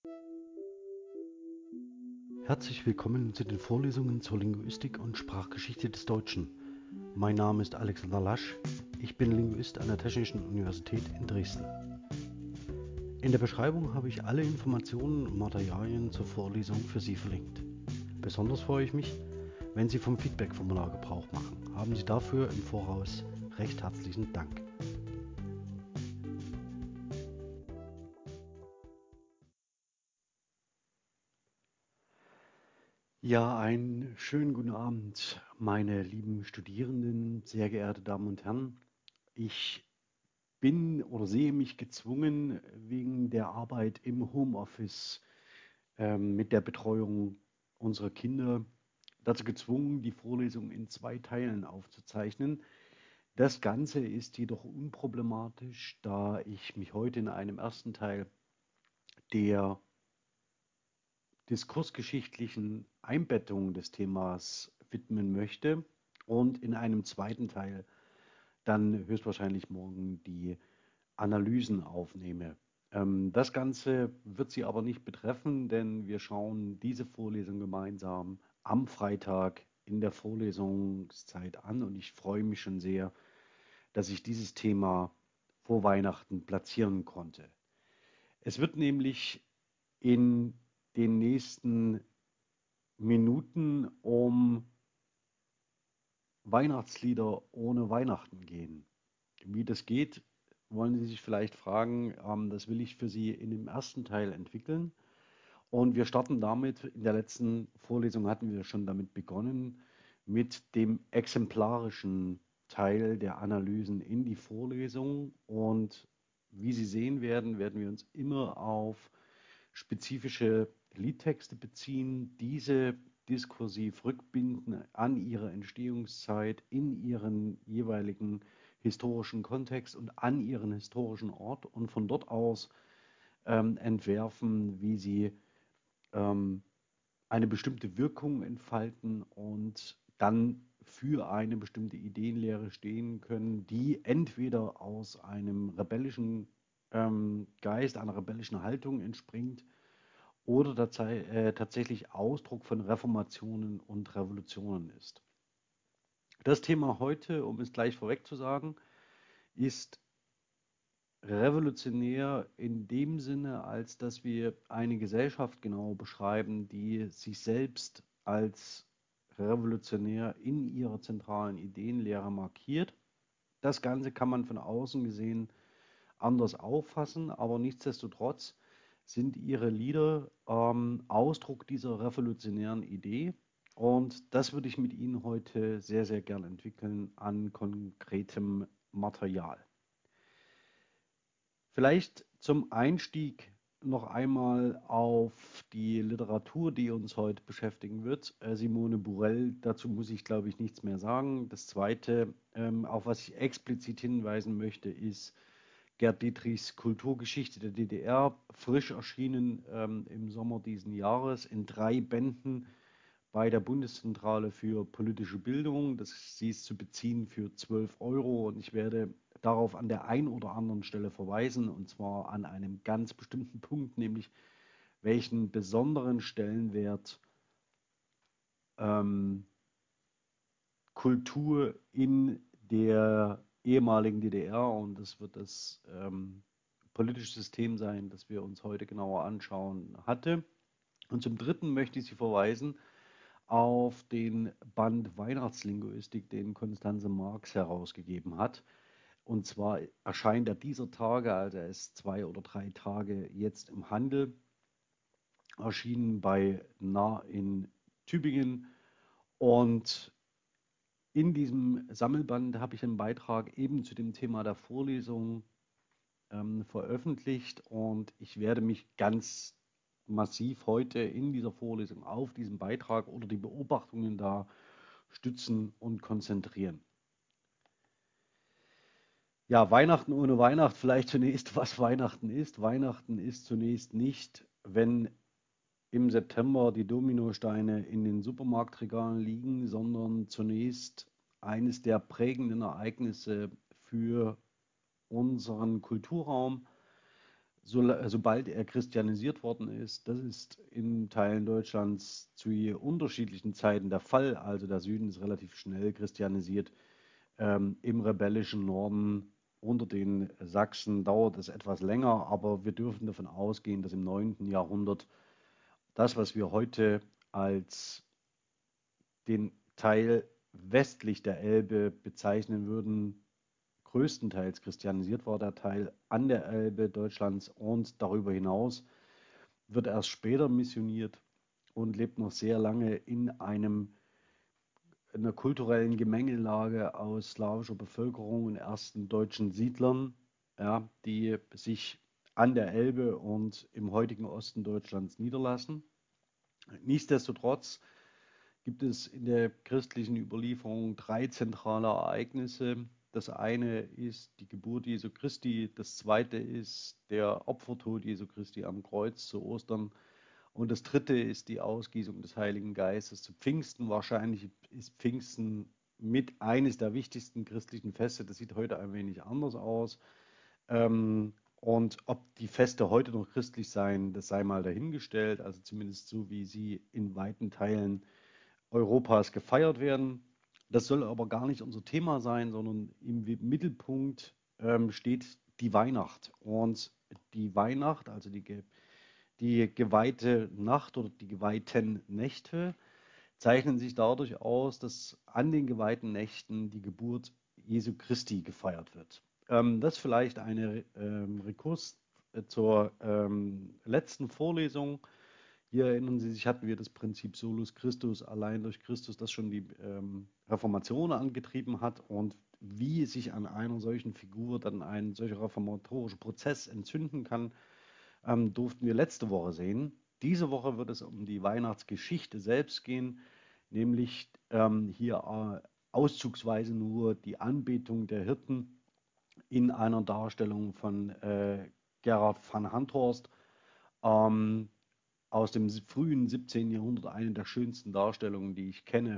Herzlich willkommen zu den Vorlesungen zur Linguistik und Sprachgeschichte des Deutschen. Mein Name ist Alexander Lasch, ich bin Linguist an der Technischen Universität in Dresden. In der Beschreibung habe ich alle Informationen und Materialien zur Vorlesung für Sie verlinkt. Besonders freue ich mich, wenn Sie vom Feedback-Formular Gebrauch machen. Haben Sie dafür im Voraus recht herzlichen Dank. Ja, einen schönen guten Abend, meine lieben Studierenden, sehr geehrte Damen und Herren. Ich bin oder sehe mich gezwungen, wegen der Arbeit im Homeoffice mit der Betreuung unserer Kinder dazu gezwungen, die Vorlesung in 2 Teilen aufzuzeichnen. Das Ganze ist jedoch unproblematisch, da ich mich heute in einem ersten Teil der diskursgeschichtlichen Einbettung des Themas widmen möchte und in einem zweiten Teil dann höchstwahrscheinlich morgen die Analysen aufnehme. Das Ganze wird Sie aber nicht betreffen, denn wir schauen diese Vorlesung gemeinsam am Freitag in der Vorlesungszeit an und ich freue mich schon sehr, dass ich dieses Thema vor Weihnachten platzieren konnte. Es wird nämlich in den nächsten Minuten um Weihnachtslieder ohne Weihnachten gehen. Wie das geht, wollen Sie sich vielleicht fragen. Das will ich für Sie in dem ersten Teil entwickeln. Und wir starten damit, in der letzten Vorlesung hatten wir schon damit begonnen, mit dem exemplarischen Teil der Analysen in die Vorlesung. Und wie Sie sehen werden, werden wir uns immer auf spezifische Liedtexte beziehen, diese diskursiv rückbinden an ihre Entstehungszeit, in ihren jeweiligen historischen Kontext und an ihren historischen Ort und von dort aus entwerfen, wie sie ähm, eine bestimmte Wirkung entfalten und dann für eine bestimmte Ideenlehre stehen können, die entweder aus einem rebellischen Geist, einer rebellischen Haltung entspringt oder tatsächlich Ausdruck von Reformationen und Revolutionen ist. Das Thema heute, um es gleich vorweg zu sagen, ist revolutionär in dem Sinne, als dass wir eine Gesellschaft genau beschreiben, die sich selbst als revolutionär in ihrer zentralen Ideenlehre markiert. Das Ganze kann man von außen gesehen anders auffassen, aber nichtsdestotrotz sind ihre Lieder Ausdruck dieser revolutionären Idee. Und das würde ich mit Ihnen heute sehr, sehr gern entwickeln an konkretem Material. Vielleicht zum Einstieg noch einmal auf die Literatur, die uns heute beschäftigen wird. Simone Burell, dazu muss ich, glaube ich, nichts mehr sagen. Das Zweite, auf was ich explizit hinweisen möchte, ist Gerd Dietrichs Kulturgeschichte der DDR, frisch erschienen im Sommer diesen Jahres in 3 Bänden bei der Bundeszentrale für politische Bildung. Sie ist zu beziehen für 12 € und ich werde darauf an der einen oder anderen Stelle verweisen und zwar an einem ganz bestimmten Punkt, nämlich welchen besonderen Stellenwert ähm, Kultur in der ehemaligen DDR und das wird das politische System sein, das wir uns heute genauer anschauen hatte. Und zum Dritten möchte ich Sie verweisen auf den Band Weihnachtslinguistik, den Constanze Marx herausgegeben hat. Und zwar erscheint er dieser Tage, also er ist 2 oder 3 Tage jetzt im Handel, erschienen bei Nah in Tübingen. Und in diesem Sammelband habe ich einen Beitrag eben zu dem Thema der Vorlesung veröffentlicht und ich werde mich ganz massiv heute in dieser Vorlesung auf diesen Beitrag oder die Beobachtungen da stützen und konzentrieren. Ja, Weihnachten ohne Weihnacht, vielleicht zunächst, was Weihnachten ist. Weihnachten ist zunächst nicht, wenn im September die Dominosteine in den Supermarktregalen liegen, sondern zunächst eines der prägenden Ereignisse für unseren Kulturraum, sobald er christianisiert worden ist. Das ist in Teilen Deutschlands zu unterschiedlichen Zeiten der Fall. Also der Süden ist relativ schnell christianisiert. Im rebellischen Norden unter den Sachsen dauert es etwas länger, aber wir dürfen davon ausgehen, dass im 9. Jahrhundert das, was wir heute als den Teil westlich der Elbe bezeichnen würden, größtenteils christianisiert war. Der Teil an der Elbe Deutschlands und darüber hinaus wird erst später missioniert und lebt noch sehr lange in einer kulturellen Gemengelage aus slawischer Bevölkerung und ersten deutschen Siedlern, ja, die sich an der Elbe und im heutigen Osten Deutschlands niederlassen. Nichtsdestotrotz gibt es in der christlichen Überlieferung drei zentrale Ereignisse. Das eine ist die Geburt Jesu Christi, das zweite ist der Opfertod Jesu Christi am Kreuz zu Ostern und das dritte ist die Ausgießung des Heiligen Geistes zu Pfingsten. Wahrscheinlich ist Pfingsten mit eines der wichtigsten christlichen Feste. Das sieht heute ein wenig anders aus. Und ob die Feste heute noch christlich seien, das sei mal dahingestellt. Also zumindest so, wie sie in weiten Teilen Europas gefeiert werden. Das soll aber gar nicht unser Thema sein, sondern im Mittelpunkt steht die Weihnacht. Und die Weihnacht, also die geweihte Nacht oder die geweihten Nächte, zeichnen sich dadurch aus, dass an den geweihten Nächten die Geburt Jesu Christi gefeiert wird. Das ist vielleicht ein Rekurs zur letzten Vorlesung. Hier erinnern Sie sich, hatten wir das Prinzip Solus Christus, allein durch Christus, das schon die Reformation angetrieben hat und wie sich an einer solchen Figur dann ein solcher reformatorischer Prozess entzünden kann, durften wir letzte Woche sehen. Diese Woche wird es um die Weihnachtsgeschichte selbst gehen, nämlich hier auszugsweise nur die Anbetung der Hirten in einer Darstellung von Gerhard van Hanthorst. Ähm, aus dem frühen 17. Jahrhundert, eine der schönsten Darstellungen, die ich kenne,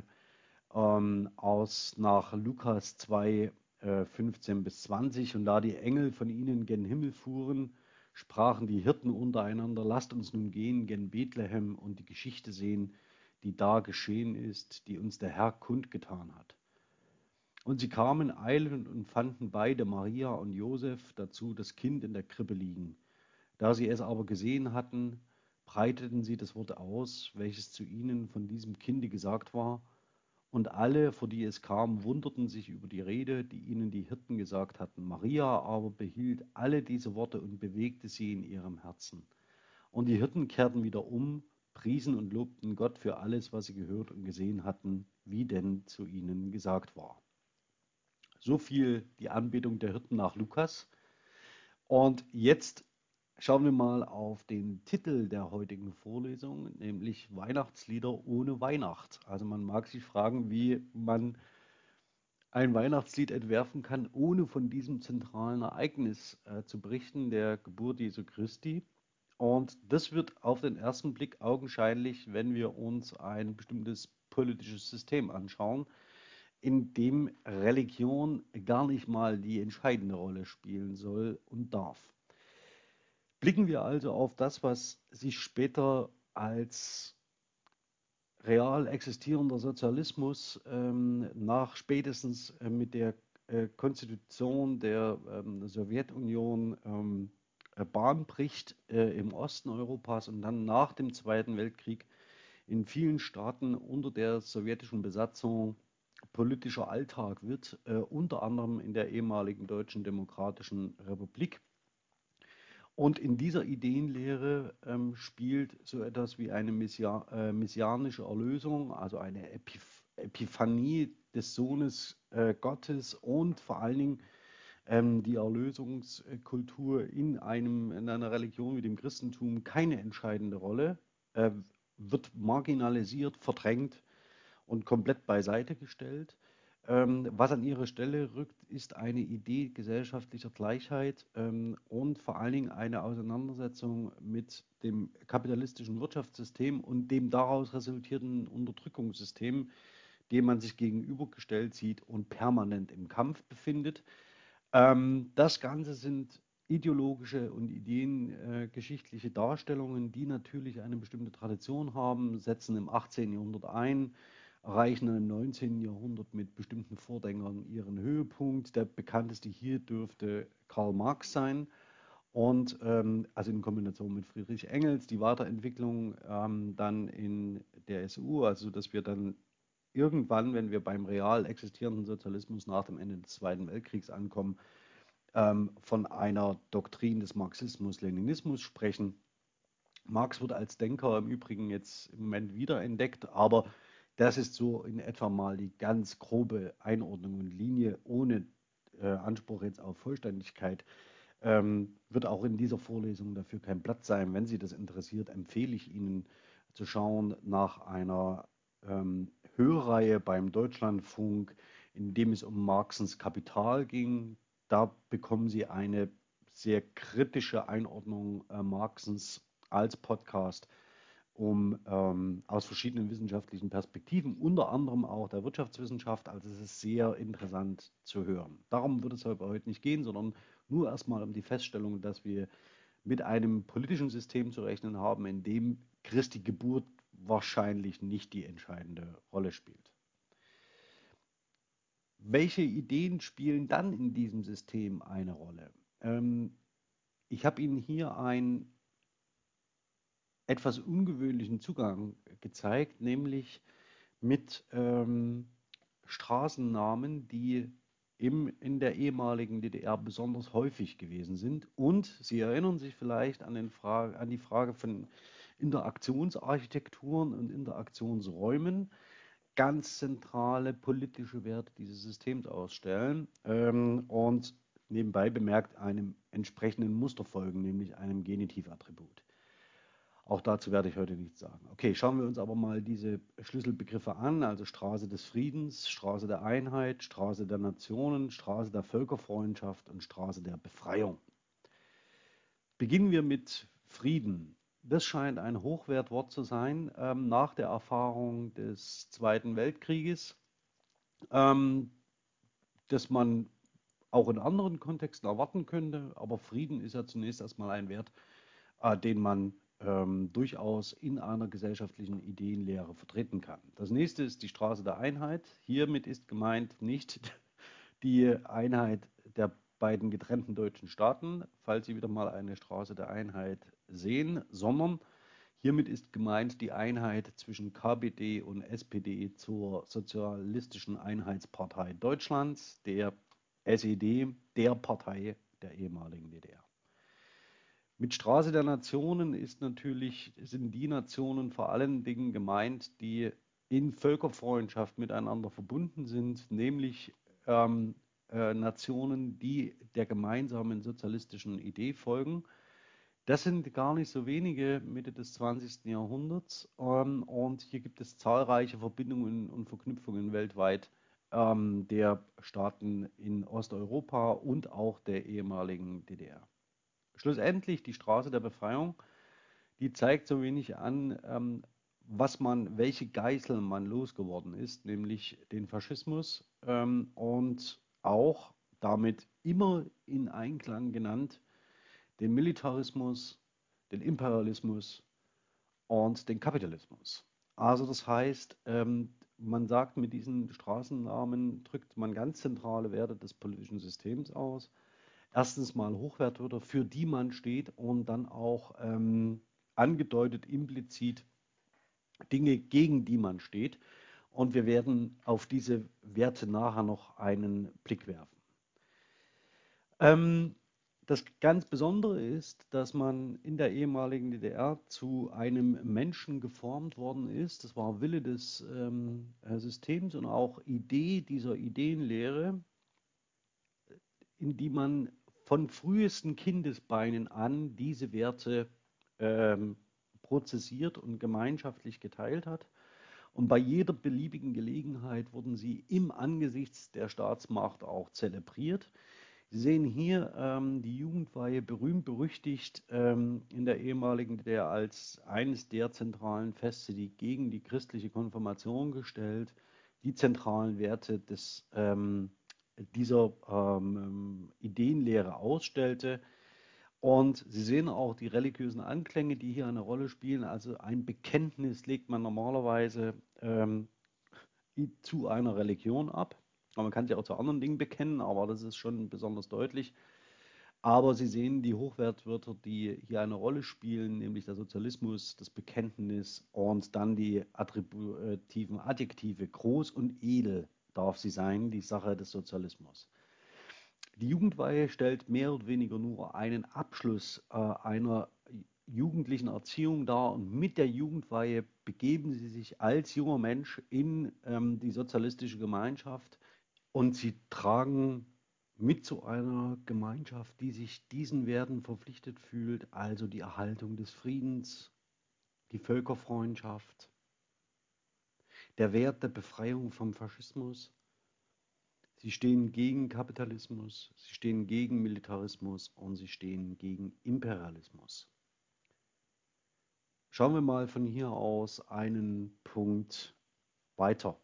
aus nach Lukas 2, 15 bis 20. Und da die Engel von ihnen gen Himmel fuhren, sprachen die Hirten untereinander, lasst uns nun gehen gen Bethlehem und die Geschichte sehen, die da geschehen ist, die uns der Herr kundgetan hat. Und sie kamen eilend und fanden beide, Maria und Josef, dazu das Kind in der Krippe liegen. Da sie es aber gesehen hatten, breiteten sie das Wort aus, welches zu ihnen von diesem Kinde gesagt war. Und alle, vor die es kam, wunderten sich über die Rede, die ihnen die Hirten gesagt hatten. Maria aber behielt alle diese Worte und bewegte sie in ihrem Herzen. Und die Hirten kehrten wieder um, priesen und lobten Gott für alles, was sie gehört und gesehen hatten, wie denn zu ihnen gesagt war. So viel die Anbetung der Hirten nach Lukas. Und jetzt schauen wir mal auf den Titel der heutigen Vorlesung, nämlich Weihnachtslieder ohne Weihnacht. Also man mag sich fragen, wie man ein Weihnachtslied entwerfen kann, ohne von diesem zentralen Ereignis zu berichten, der Geburt Jesu Christi. Und das wird auf den ersten Blick augenscheinlich, wenn wir uns ein bestimmtes politisches System anschauen, in dem Religion gar nicht mal die entscheidende Rolle spielen soll und darf. Blicken wir also auf das, was sich später als real existierender Sozialismus nach spätestens mit der Konstitution der Sowjetunion Bahn bricht im Osten Europas und dann nach dem Zweiten Weltkrieg in vielen Staaten unter der sowjetischen Besatzung politischer Alltag wird, unter anderem in der ehemaligen Deutschen Demokratischen Republik. Und in dieser Ideenlehre spielt so etwas wie eine messianische Erlösung, also eine Epiphanie des Sohnes Gottes und vor allen Dingen die Erlösungskultur in einer Religion wie dem Christentum keine entscheidende Rolle, äh, wird marginalisiert, verdrängt und komplett beiseite gestellt. Was an ihre Stelle rückt, ist eine Idee gesellschaftlicher Gleichheit und vor allen Dingen eine Auseinandersetzung mit dem kapitalistischen Wirtschaftssystem und dem daraus resultierenden Unterdrückungssystem, dem man sich gegenübergestellt sieht und permanent im Kampf befindet. Das Ganze sind ideologische und ideengeschichtliche Darstellungen, die natürlich eine bestimmte Tradition haben, setzen im 18. Jahrhundert ein, erreichen dann im 19. Jahrhundert mit bestimmten Vordenkern ihren Höhepunkt. Der bekannteste hier dürfte Karl Marx sein. Und also in Kombination mit Friedrich Engels, die Weiterentwicklung dann in der SU, also dass wir dann irgendwann, wenn wir beim real existierenden Sozialismus nach dem Ende des Zweiten Weltkriegs ankommen, von einer Doktrin des Marxismus-Leninismus sprechen. Marx wird als Denker im Übrigen jetzt im Moment wiederentdeckt, aber das ist so in etwa mal die ganz grobe Einordnung und Linie ohne Anspruch jetzt auf Vollständigkeit. Wird auch in dieser Vorlesung dafür kein Platz sein. Wenn Sie das interessiert, empfehle ich Ihnen zu schauen nach einer Hörreihe beim Deutschlandfunk, in dem es um Marxens Kapital ging. Da bekommen Sie eine sehr kritische Einordnung Marxens als Podcast, um aus verschiedenen wissenschaftlichen Perspektiven, unter anderem auch der Wirtschaftswissenschaft. Also es ist sehr interessant zu hören. Darum wird es heute nicht gehen, sondern nur erstmal um die Feststellung, dass wir mit einem politischen System zu rechnen haben, in dem Christi Geburt wahrscheinlich nicht die entscheidende Rolle spielt. Welche Ideen spielen dann in diesem System eine Rolle? Ich habe Ihnen hier einen etwas ungewöhnlichen Zugang gezeigt, nämlich mit Straßennamen, die in der ehemaligen DDR besonders häufig gewesen sind. Und Sie erinnern sich vielleicht an die Frage von Interaktionsarchitekturen und Interaktionsräumen, ganz zentrale politische Werte dieses Systems ausstellen und nebenbei bemerkt einem entsprechenden Muster folgen, nämlich einem Genitivattribut. Auch dazu werde ich heute nichts sagen. Okay, schauen wir uns aber mal diese Schlüsselbegriffe an, also Straße des Friedens, Straße der Einheit, Straße der Nationen, Straße der Völkerfreundschaft und Straße der Befreiung. Beginnen wir mit Frieden. Das scheint ein Hochwertwort zu sein nach der Erfahrung des Zweiten Weltkrieges, das man auch in anderen Kontexten erwarten könnte, aber Frieden ist ja zunächst erstmal ein Wert, den man durchaus in einer gesellschaftlichen Ideenlehre vertreten kann. Das nächste ist die Straße der Einheit. Hiermit ist gemeint nicht die Einheit der beiden getrennten deutschen Staaten, falls Sie wieder mal eine Straße der Einheit sehen, sondern hiermit ist gemeint die Einheit zwischen KPD und SPD zur Sozialistischen Einheitspartei Deutschlands, der SED, der Partei der ehemaligen DDR. Mit Straße der Nationen sind die Nationen vor allen Dingen gemeint, die in Völkerfreundschaft miteinander verbunden sind, nämlich Nationen, die der gemeinsamen sozialistischen Idee folgen. Das sind gar nicht so wenige Mitte des 20. Jahrhunderts und hier gibt es zahlreiche Verbindungen und Verknüpfungen weltweit der Staaten in Osteuropa und auch der ehemaligen DDR. Schlussendlich die Straße der Befreiung, die zeigt so wenig an, welche Geißel man losgeworden ist, nämlich den Faschismus und auch damit immer in Einklang genannt den Militarismus, den Imperialismus und den Kapitalismus. Also das heißt, man sagt, mit diesen Straßennamen drückt man ganz zentrale Werte des politischen Systems aus. Erstens mal Hochwertwörter, für die man steht und dann auch angedeutet implizit Dinge, gegen die man steht. Und wir werden auf diese Werte nachher noch einen Blick werfen. Das ganz Besondere ist, dass man in der ehemaligen DDR zu einem Menschen geformt worden ist. Das war Wille des Systems und auch Idee dieser Ideenlehre, in die man von frühesten Kindesbeinen an diese Werte prozessiert und gemeinschaftlich geteilt hat. Und bei jeder beliebigen Gelegenheit wurden sie im Angesicht der Staatsmacht auch zelebriert. Sie sehen hier die Jugendweihe berühmt berüchtigt in der ehemaligen DDR als eines der zentralen Feste, die gegen die christliche Konfirmation gestellt, die zentralen Werte dieser Ideenlehre ausstellte. Und Sie sehen auch die religiösen Anklänge, die hier eine Rolle spielen. Also ein Bekenntnis legt man normalerweise zu einer Religion ab. Aber man kann sich auch zu anderen Dingen bekennen, aber das ist schon besonders deutlich. Aber Sie sehen die Hochwertwörter, die hier eine Rolle spielen, nämlich der Sozialismus, das Bekenntnis und dann die attributiven Adjektive. Groß und edel darf sie sein, die Sache des Sozialismus. Die Jugendweihe stellt mehr oder weniger nur einen Abschluss einer jugendlichen Erziehung dar und mit der Jugendweihe begeben sie sich als junger Mensch in die sozialistische Gemeinschaft und sie tragen mit zu einer Gemeinschaft, die sich diesen Werten verpflichtet fühlt, also die Erhaltung des Friedens, die Völkerfreundschaft, der Wert der Befreiung vom Faschismus. Sie stehen gegen Kapitalismus, sie stehen gegen Militarismus und sie stehen gegen Imperialismus. Schauen wir mal von hier aus einen Punkt weiter.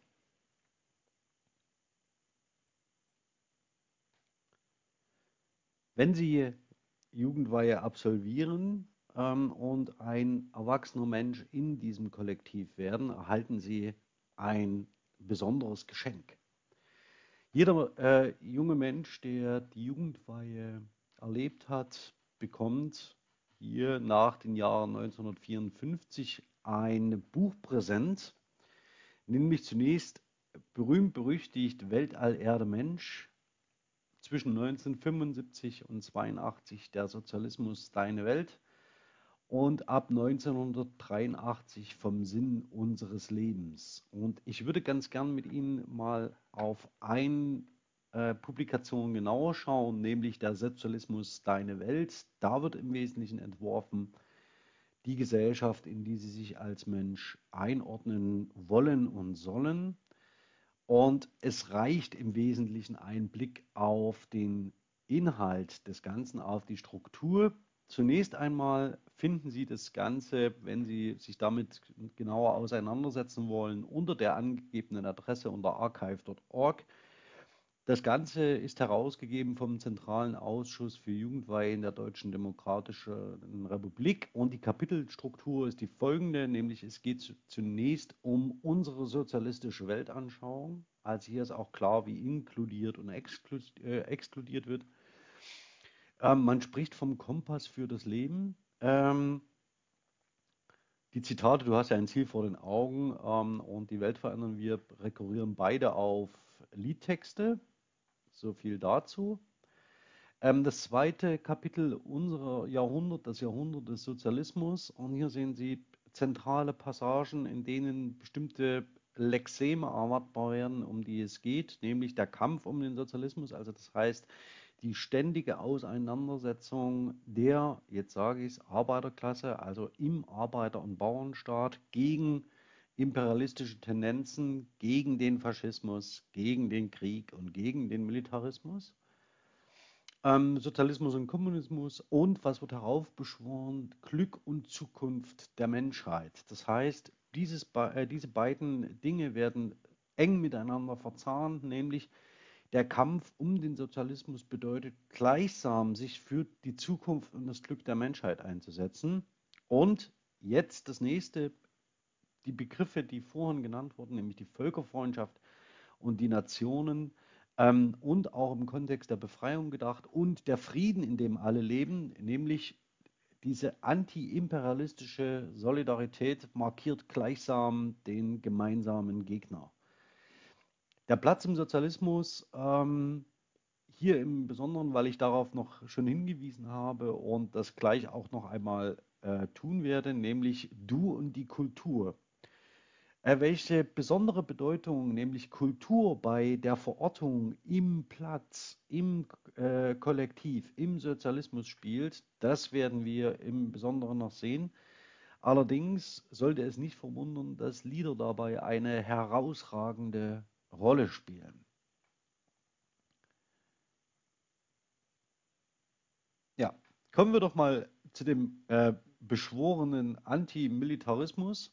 Wenn Sie Jugendweihe absolvieren und ein erwachsener Mensch in diesem Kollektiv werden, erhalten Sie ein besonderes Geschenk. Jeder junge Mensch, der die Jugendweihe erlebt hat, bekommt hier nach den Jahren 1954 ein Buchpräsent, nämlich zunächst berühmt-berüchtigt Weltall Erde Mensch, zwischen 1975 und 82 der Sozialismus Deine Welt und ab 1983 vom Sinn unseres Lebens. Und ich würde ganz gern mit Ihnen mal auf eine Publikation genauer schauen, nämlich der Sozialismus Deine Welt. Da wird im Wesentlichen entworfen, die Gesellschaft, in die Sie sich als Mensch einordnen wollen und sollen. Und es reicht im Wesentlichen ein Blick auf den Inhalt des Ganzen, auf die Struktur. Zunächst einmal finden Sie das Ganze, wenn Sie sich damit genauer auseinandersetzen wollen, unter der angegebenen Adresse unter archive.org. Das Ganze ist herausgegeben vom Zentralen Ausschuss für Jugendweihe in der Deutschen Demokratischen Republik und die Kapitelstruktur ist die folgende, nämlich es geht zunächst um unsere sozialistische Weltanschauung. Also hier ist auch klar, wie inkludiert und exkludiert wird. Man spricht vom Kompass für das Leben. Die Zitate, du hast ja ein Ziel vor den Augen und die Welt verändern wir, rekurrieren beide auf Liedtexte. So viel dazu. Das zweite Kapitel unserer Jahrhundert, das Jahrhundert des Sozialismus. Und hier sehen Sie zentrale Passagen, in denen bestimmte Lexeme erwartbar werden, um die es geht, nämlich der Kampf um den Sozialismus. Also das heißt, die ständige Auseinandersetzung der, jetzt sage ich es, Arbeiterklasse, also im Arbeiter- und Bauernstaat gegen imperialistische Tendenzen, gegen den Faschismus, gegen den Krieg und gegen den Militarismus. Sozialismus und Kommunismus und was wird heraufbeschworen? Glück und Zukunft der Menschheit. Das heißt, diese beiden Dinge werden eng miteinander verzahnt, nämlich der Kampf um den Sozialismus bedeutet gleichsam, sich für die Zukunft und das Glück der Menschheit einzusetzen. Und jetzt das nächste, die Begriffe, die vorhin genannt wurden, nämlich die Völkerfreundschaft und die Nationen und auch im Kontext der Befreiung gedacht und der Frieden, in dem alle leben, nämlich diese anti-imperialistische Solidarität markiert gleichsam den gemeinsamen Gegner. Der Platz im Sozialismus, hier im Besonderen, weil ich darauf noch schon hingewiesen habe und das gleich auch noch einmal tun werde, nämlich du und die Kultur. Welche besondere Bedeutung nämlich Kultur bei der Verortung im Platz, im Kollektiv, im Sozialismus spielt, das werden wir im Besonderen noch sehen. Allerdings sollte es nicht verwundern, dass Lieder dabei eine herausragende Rolle spielen. Ja, kommen wir doch mal zu dem beschworenen Antimilitarismus.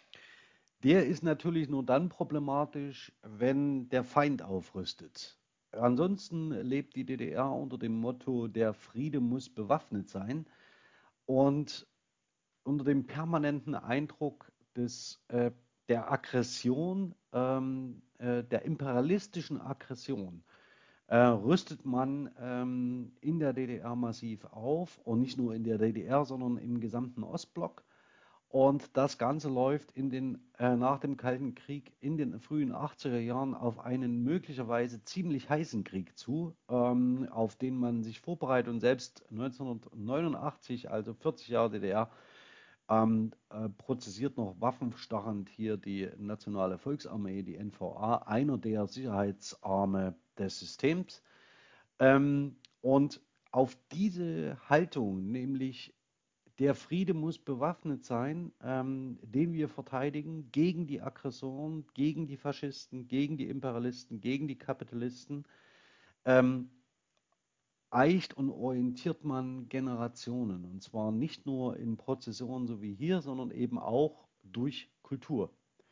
Der ist natürlich nur dann problematisch, wenn der Feind aufrüstet. Ansonsten lebt die DDR unter dem Motto, der Friede muss bewaffnet sein und unter dem permanenten Eindruck der Aggression, der imperialistischen Aggression, rüstet man in der DDR massiv auf und nicht nur in der DDR, sondern im gesamten Ostblock. Und das Ganze läuft nach dem Kalten Krieg in den frühen 80er Jahren auf einen möglicherweise ziemlich heißen Krieg zu, auf den man sich vorbereitet. Und selbst 1989, also 40 Jahre DDR, prozessiert noch waffenstarrend hier die Nationale Volksarmee, die NVA, einer der Sicherheitsarme des Systems. Und auf diese Haltung, nämlich der Friede muss bewaffnet sein, den wir verteidigen gegen die Aggressoren, gegen die Faschisten, gegen die Imperialisten, gegen die Kapitalisten, ähm, eicht und orientiert man Generationen. Und zwar nicht nur in Prozessionen so wie hier, sondern eben auch durch Kultur.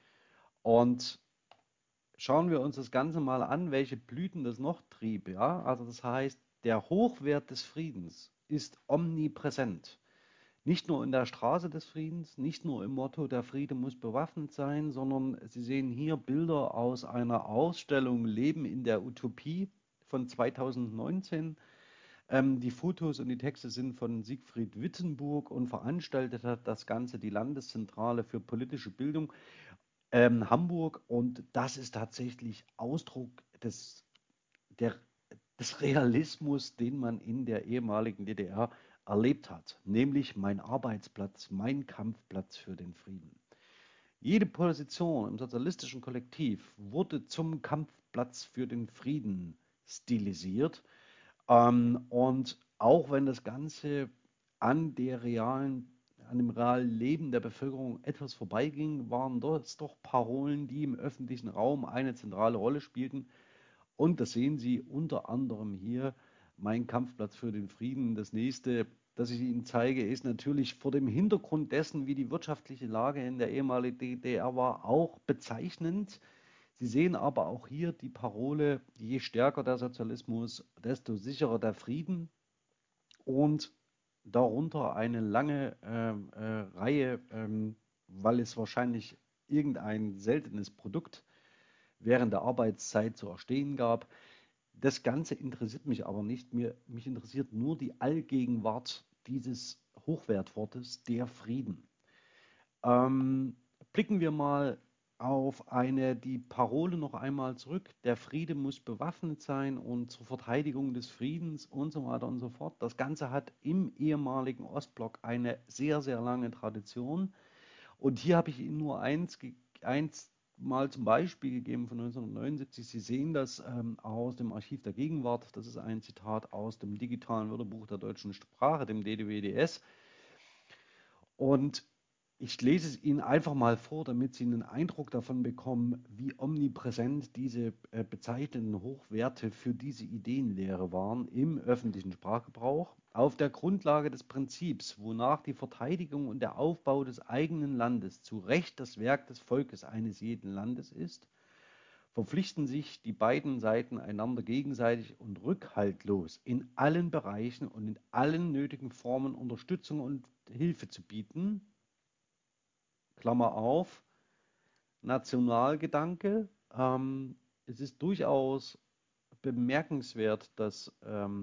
Und schauen wir uns das Ganze mal an, welche Blüten das noch trieb. Ja? Also das heißt, der Hochwert des Friedens ist omnipräsent. Nicht nur in der Straße des Friedens, nicht nur im Motto, der Friede muss bewaffnet sein, sondern Sie sehen hier Bilder aus einer Ausstellung Leben in der Utopie von 2019. Die Fotos und die Texte sind von Siegfried Wittenburg und veranstaltet hat das Ganze die Landeszentrale für politische Bildung Hamburg. Und das ist tatsächlich Ausdruck der, des Realismus, den man in der ehemaligen DDR erlebt hat, nämlich mein Arbeitsplatz, mein Kampfplatz für den Frieden. Jede Position im sozialistischen Kollektiv wurde zum Kampfplatz für den Frieden stilisiert. Und auch wenn das Ganze an dem realen Leben der Bevölkerung etwas vorbeiging, waren das doch Parolen, die im öffentlichen Raum eine zentrale Rolle spielten. Und das sehen Sie unter anderem hier, mein Kampfplatz für den Frieden. Das nächste, das ich Ihnen zeige, ist natürlich vor dem Hintergrund dessen, wie die wirtschaftliche Lage in der ehemaligen DDR war, auch bezeichnend. Sie sehen aber auch hier die Parole, je stärker der Sozialismus, desto sicherer der Frieden und darunter eine lange Reihe, weil es wahrscheinlich irgendein seltenes Produkt während der Arbeitszeit zu erstehen gab. Das Ganze interessiert mich aber nicht. Mich interessiert nur die Allgegenwart dieses Hochwertwortes, der Frieden. Ähm, Blicken wir mal auf die Parole noch einmal zurück. Der Friede muss bewaffnet sein und zur Verteidigung des Friedens und so weiter und so fort. Das Ganze hat im ehemaligen Ostblock eine sehr, sehr lange Tradition. Und hier habe ich Ihnen nur eins mal zum Beispiel gegeben von 1979. Sie sehen das aus dem Archiv der Gegenwart. Das ist ein Zitat aus dem digitalen Wörterbuch der deutschen Sprache, dem DDWDS. Und ich lese es Ihnen einfach mal vor, damit Sie einen Eindruck davon bekommen, wie omnipräsent diese bezeichnenden Hochwerte für diese Ideenlehre waren im öffentlichen Sprachgebrauch. Auf der Grundlage des Prinzips, wonach die Verteidigung und der Aufbau des eigenen Landes zu Recht das Werk des Volkes eines jeden Landes ist, verpflichten sich die beiden Seiten einander gegenseitig und rückhaltlos in allen Bereichen und in allen nötigen Formen Unterstützung und Hilfe zu bieten. Klammer auf, Nationalgedanke. Es ist durchaus bemerkenswert, dass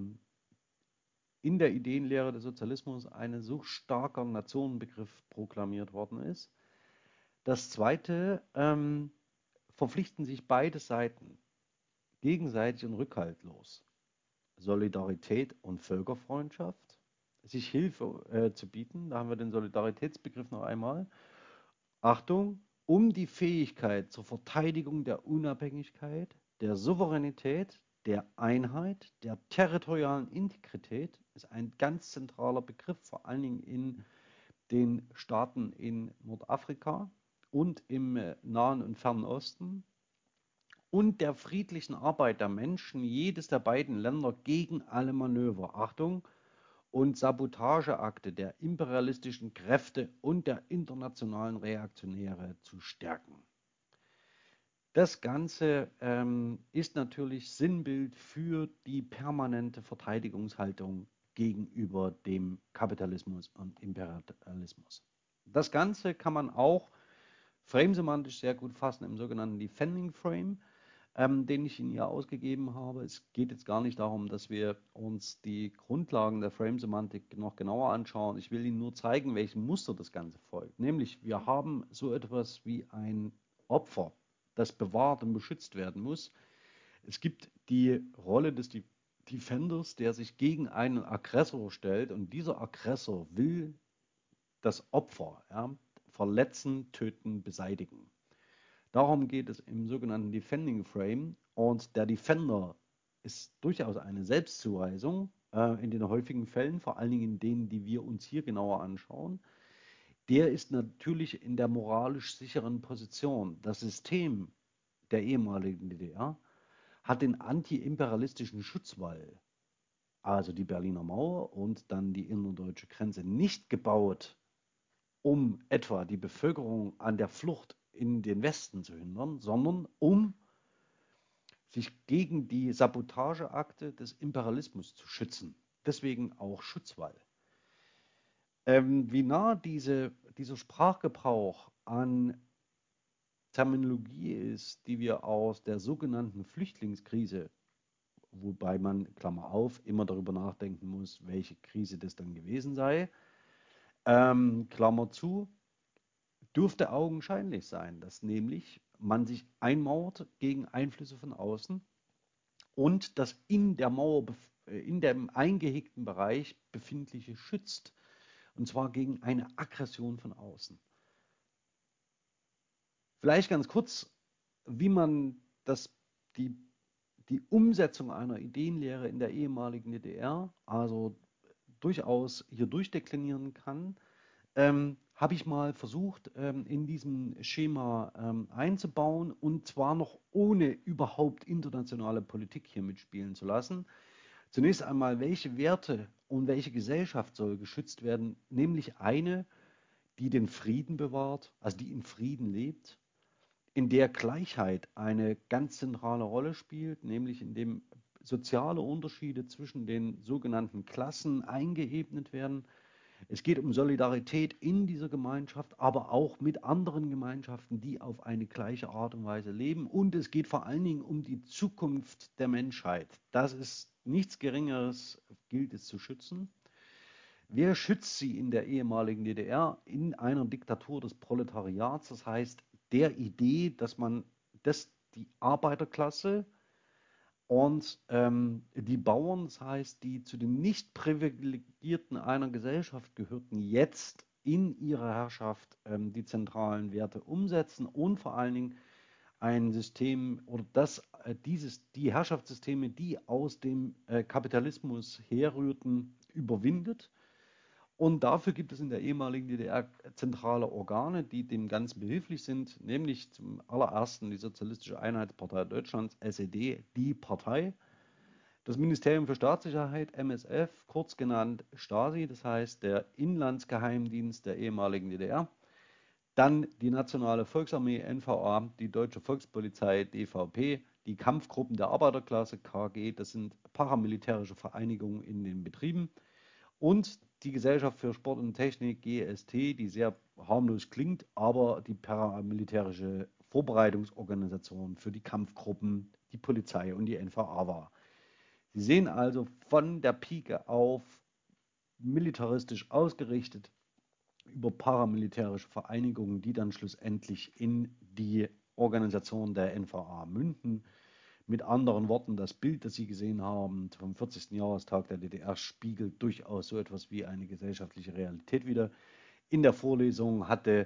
in der Ideenlehre des Sozialismus ein so starker Nationenbegriff proklamiert worden ist. Das Zweite, verpflichten sich beide Seiten gegenseitig und rückhaltlos. Solidarität und Völkerfreundschaft, sich Hilfe zu bieten. Da haben wir den Solidaritätsbegriff noch einmal. Achtung, um die Fähigkeit zur Verteidigung der Unabhängigkeit, der Souveränität, der Einheit, der territorialen Integrität ist ein ganz zentraler Begriff, vor allen Dingen in den Staaten in Nordafrika und im Nahen und Fernen Osten und der friedlichen Arbeit der Menschen jedes der beiden Länder gegen alle Manöver. Achtung, und Sabotageakte der imperialistischen Kräfte und der internationalen Reaktionäre zu stärken. Das Ganze ist natürlich Sinnbild für die permanente Verteidigungshaltung gegenüber dem Kapitalismus und Imperialismus. Das Ganze kann man auch framesemantisch sehr gut fassen im sogenannten Defending Frame, den ich Ihnen hier ausgegeben habe. Es geht jetzt gar nicht darum, dass wir uns die Grundlagen der Framesemantik noch genauer anschauen. Ich will Ihnen nur zeigen, welchem Muster das Ganze folgt. Nämlich, wir haben so etwas wie ein Opfer, das bewahrt und beschützt werden muss. Es gibt die Rolle des Defenders, der sich gegen einen Aggressor stellt, und dieser Aggressor will das Opfer, ja, verletzen, töten, beseitigen. Darum geht es im sogenannten Defending Frame, und der Defender ist durchaus eine Selbstzuweisung in den häufigen Fällen, vor allen Dingen in denen, die wir uns hier genauer anschauen. Der ist natürlich in der moralisch sicheren Position. Das System der ehemaligen DDR hat den antiimperialistischen Schutzwall, also die Berliner Mauer und dann die innerdeutsche Grenze, nicht gebaut, um etwa die Bevölkerung an der Flucht in den Westen zu hindern, sondern um sich gegen die Sabotageakte des Imperialismus zu schützen. Deswegen auch Schutzwall. Wie nah dieser Sprachgebrauch an Terminologie ist, die wir aus der sogenannten Flüchtlingskrise, wobei man, Klammer auf, immer darüber nachdenken muss, welche Krise das dann gewesen sei, Klammer zu, dürfte augenscheinlich sein, dass nämlich man sich einmauert gegen Einflüsse von außen und das in der Mauer, in dem eingehegten Bereich befindliche schützt. Und zwar gegen eine Aggression von außen. Vielleicht ganz kurz, wie man die, die Umsetzung einer Ideenlehre in der ehemaligen DDR, also durchaus hier durchdeklinieren kann, habe ich mal versucht, in diesem Schema einzubauen, und zwar noch ohne überhaupt internationale Politik hier mitspielen zu lassen. Zunächst einmal, welche Werte und welche Gesellschaft soll geschützt werden? Nämlich eine, die den Frieden bewahrt, also die im Frieden lebt, in der Gleichheit eine ganz zentrale Rolle spielt, nämlich in dem soziale Unterschiede zwischen den sogenannten Klassen eingeebnet werden. Es geht um Solidarität in dieser Gemeinschaft, aber auch mit anderen Gemeinschaften, die auf eine gleiche Art und Weise leben. Und es geht vor allen Dingen um die Zukunft der Menschheit. Das ist nichts Geringeres, gilt es zu schützen. Wer schützt sie in der ehemaligen DDR? In einer Diktatur des Proletariats, das heißt der Idee, dass die Arbeiterklasse und die Bauern, das heißt, die zu den Nicht-Privilegierten einer Gesellschaft gehörten, jetzt in ihrer Herrschaft die zentralen Werte umsetzen und vor allen Dingen ein System oder die Herrschaftssysteme, die aus dem Kapitalismus herrührten, überwindet. Und dafür gibt es in der ehemaligen DDR zentrale Organe, die dem Ganzen behilflich sind, nämlich zum allerersten die Sozialistische Einheitspartei Deutschlands, SED, die Partei, das Ministerium für Staatssicherheit, MSF, kurz genannt Stasi, das heißt der Inlandsgeheimdienst der ehemaligen DDR, dann die Nationale Volksarmee, NVA, die Deutsche Volkspolizei, DVP, die Kampfgruppen der Arbeiterklasse, KG, das sind paramilitärische Vereinigungen in den Betrieben, und die Gesellschaft für Sport und Technik, GST, die sehr harmlos klingt, aber die paramilitärische Vorbereitungsorganisation für die Kampfgruppen, die Polizei und die NVA war. Sie sehen also von der Pike auf militaristisch ausgerichtet über paramilitärische Vereinigungen, die dann schlussendlich in die Organisation der NVA münden. Mit anderen Worten, das Bild, das Sie gesehen haben vom 40. Jahrestag der DDR, spiegelt durchaus so etwas wie eine gesellschaftliche Realität wider. In der Vorlesung hatte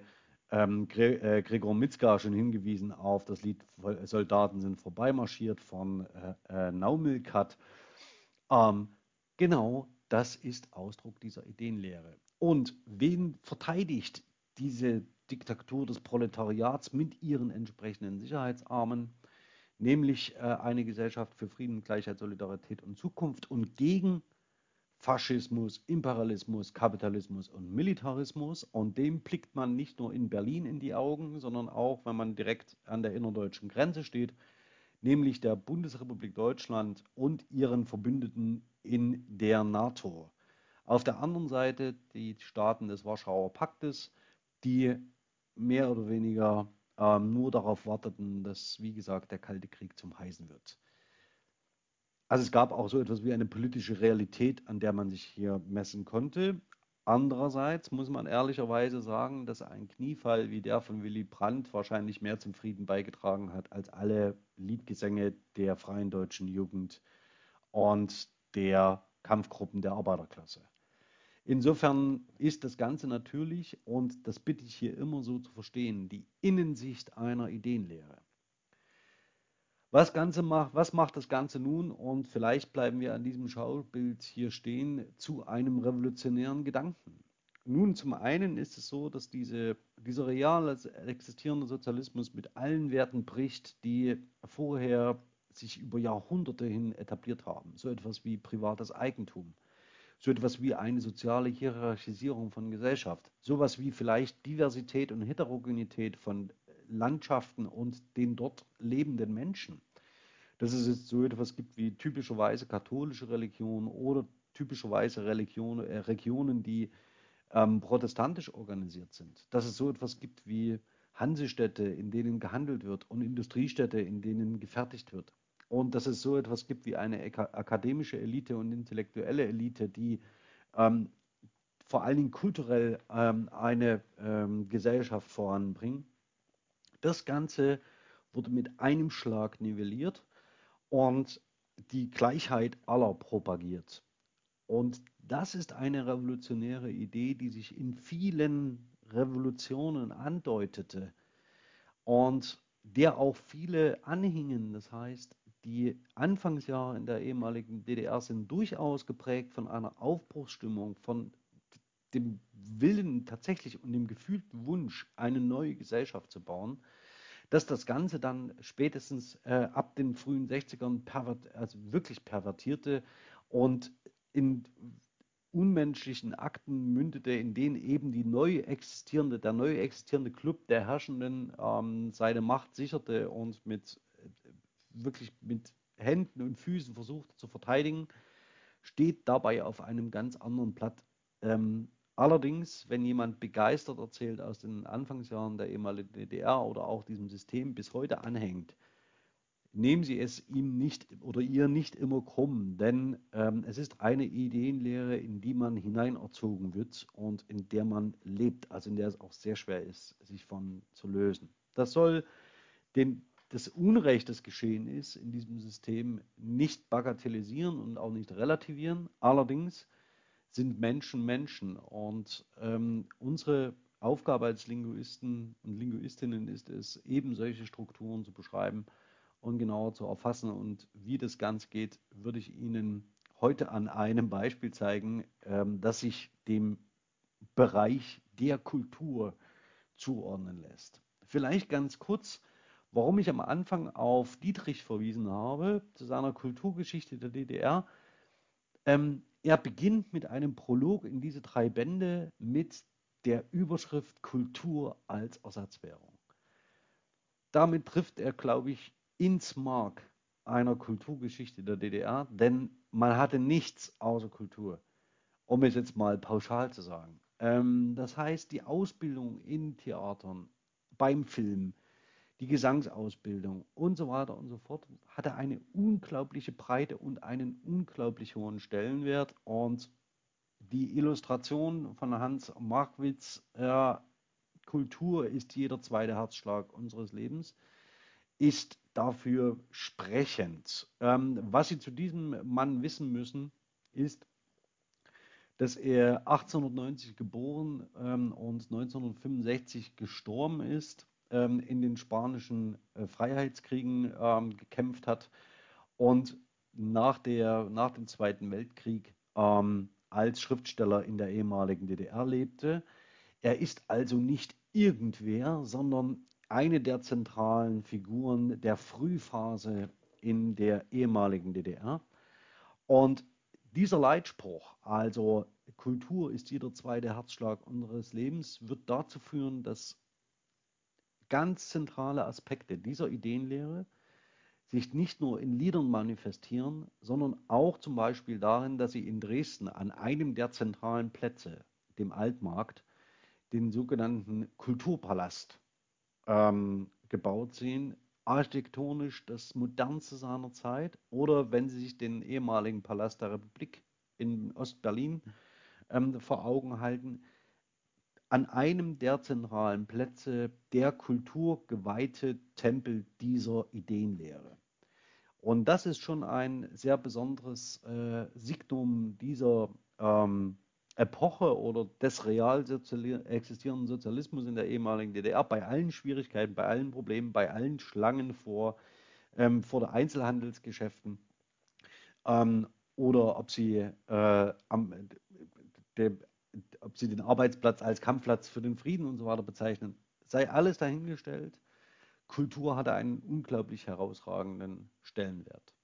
Gregor Mitzka schon hingewiesen auf das Lied Soldaten sind vorbeimarschiert von Naumilkat. Ähm, genau das ist Ausdruck dieser Ideenlehre. Und wen verteidigt diese Diktatur des Proletariats mit ihren entsprechenden Sicherheitsarmen? Nämlich eine Gesellschaft für Frieden, Gleichheit, Solidarität und Zukunft, und gegen Faschismus, Imperialismus, Kapitalismus und Militarismus. Und dem blickt man nicht nur in Berlin in die Augen, sondern auch, wenn man direkt an der innerdeutschen Grenze steht, nämlich der Bundesrepublik Deutschland und ihren Verbündeten in der NATO. Auf der anderen Seite die Staaten des Warschauer Paktes, die mehr oder weniger nur darauf warteten, dass, wie gesagt, der Kalte Krieg zum Heißen wird. Also es gab auch so etwas wie eine politische Realität, an der man sich hier messen konnte. Andererseits muss man ehrlicherweise sagen, dass ein Kniefall wie der von Willy Brandt wahrscheinlich mehr zum Frieden beigetragen hat als alle Liedgesänge der Freien Deutschen Jugend und der Kampfgruppen der Arbeiterklasse. Insofern ist das Ganze natürlich, und das bitte ich hier immer so zu verstehen, die Innensicht einer Ideenlehre. Was macht das Ganze nun? Und vielleicht bleiben wir an diesem Schaubild hier stehen zu einem revolutionären Gedanken. Nun, zum einen ist es so, dass dieser real existierende Sozialismus mit allen Werten bricht, die vorher sich über Jahrhunderte hin etabliert haben. So etwas wie privates Eigentum, so etwas wie eine soziale Hierarchisierung von Gesellschaft, so etwas wie vielleicht Diversität und Heterogenität von Landschaften und den dort lebenden Menschen. Dass es jetzt so etwas gibt wie typischerweise katholische Religion oder typischerweise Regionen, die protestantisch organisiert sind. Dass es so etwas gibt wie Hansestädte, in denen gehandelt wird und Industriestädte, in denen gefertigt wird. Und dass es so etwas gibt wie eine akademische Elite und intellektuelle Elite, die ähm, vor allen Dingen kulturell eine Gesellschaft voranbringen. Das Ganze wurde mit einem Schlag nivelliert und die Gleichheit aller propagiert. Und das ist eine revolutionäre Idee, die sich in vielen Revolutionen andeutete und der auch viele anhingen. Das heißt, die Anfangsjahre in der ehemaligen DDR sind durchaus geprägt von einer Aufbruchsstimmung, von dem Willen tatsächlich und dem gefühlten Wunsch, eine neue Gesellschaft zu bauen, dass das Ganze dann spätestens ab den frühen 60ern also wirklich pervertierte und in unmenschlichen Akten mündete, in denen eben der neu existierende Club der Herrschenden seine Macht sicherte und wirklich mit Händen und Füßen versuchte zu verteidigen, steht dabei auf einem ganz anderen Blatt. Allerdings, wenn jemand begeistert erzählt aus den Anfangsjahren der ehemaligen DDR oder auch diesem System bis heute anhängt, nehmen Sie es ihm nicht oder ihr nicht immer krumm, denn es ist eine Ideenlehre, in die man hineinerzogen wird und in der man lebt, also in der es auch sehr schwer ist, sich von zu lösen. Das soll das Unrecht, das geschehen ist in diesem System, nicht bagatellisieren und auch nicht relativieren. Allerdings sind Menschen Menschen und unsere Aufgabe als Linguisten und Linguistinnen ist es, eben solche Strukturen zu beschreiben und genauer zu erfassen. Und wie das Ganze geht, würde ich Ihnen heute an einem Beispiel zeigen, das sich dem Bereich der Kultur zuordnen lässt. Vielleicht ganz kurz, warum ich am Anfang auf Dietrich verwiesen habe, zu seiner Kulturgeschichte der DDR. Er beginnt mit einem Prolog in diese drei Bände mit der Überschrift Kultur als Ersatzwährung. Damit trifft er, glaube ich, ins Mark einer Kulturgeschichte der DDR, denn man hatte nichts außer Kultur, um es jetzt mal pauschal zu sagen. Das heißt, die Ausbildung in Theatern, beim Film, die Gesangsausbildung und so weiter und so fort, hatte eine unglaubliche Breite und einen unglaublich hohen Stellenwert. Und die Illustration von Hans Markwitz, Kultur ist jeder zweite Herzschlag unseres Lebens, ist dafür sprechend. Was Sie zu diesem Mann wissen müssen, ist, dass er 1890 geboren und 1965 gestorben ist, in den spanischen Freiheitskriegen gekämpft hat und nach dem Zweiten Weltkrieg als Schriftsteller in der ehemaligen DDR lebte. Er ist also nicht irgendwer, sondern eine der zentralen Figuren der Frühphase in der ehemaligen DDR. Und Dieser Leitspruch, also Kultur ist jeder zweite Herzschlag unseres Lebens, wird dazu führen, dass ganz zentrale Aspekte dieser Ideenlehre sich nicht nur in Liedern manifestieren, sondern auch zum Beispiel darin, dass sie in Dresden an einem der zentralen Plätze, dem Altmarkt, den sogenannten Kulturpalast gebaut sehen. Architektonisch das modernste seiner Zeit. Oder wenn Sie sich den ehemaligen Palast der Republik in Ostberlin vor Augen halten, an einem der zentralen Plätze der Kultur geweihte Tempel dieser Ideenlehre. Und das ist schon ein sehr besonderes Signum dieser Epoche oder des real existierenden Sozialismus in der ehemaligen DDR, bei allen Schwierigkeiten, bei allen Problemen, bei allen Schlangen vor den Einzelhandelsgeschäften, ähm, oder de, ob sie den Arbeitsplatz als Kampfplatz für den Frieden und so weiter bezeichnen, sei alles dahingestellt. Kultur hatte einen unglaublich herausragenden Stellenwert.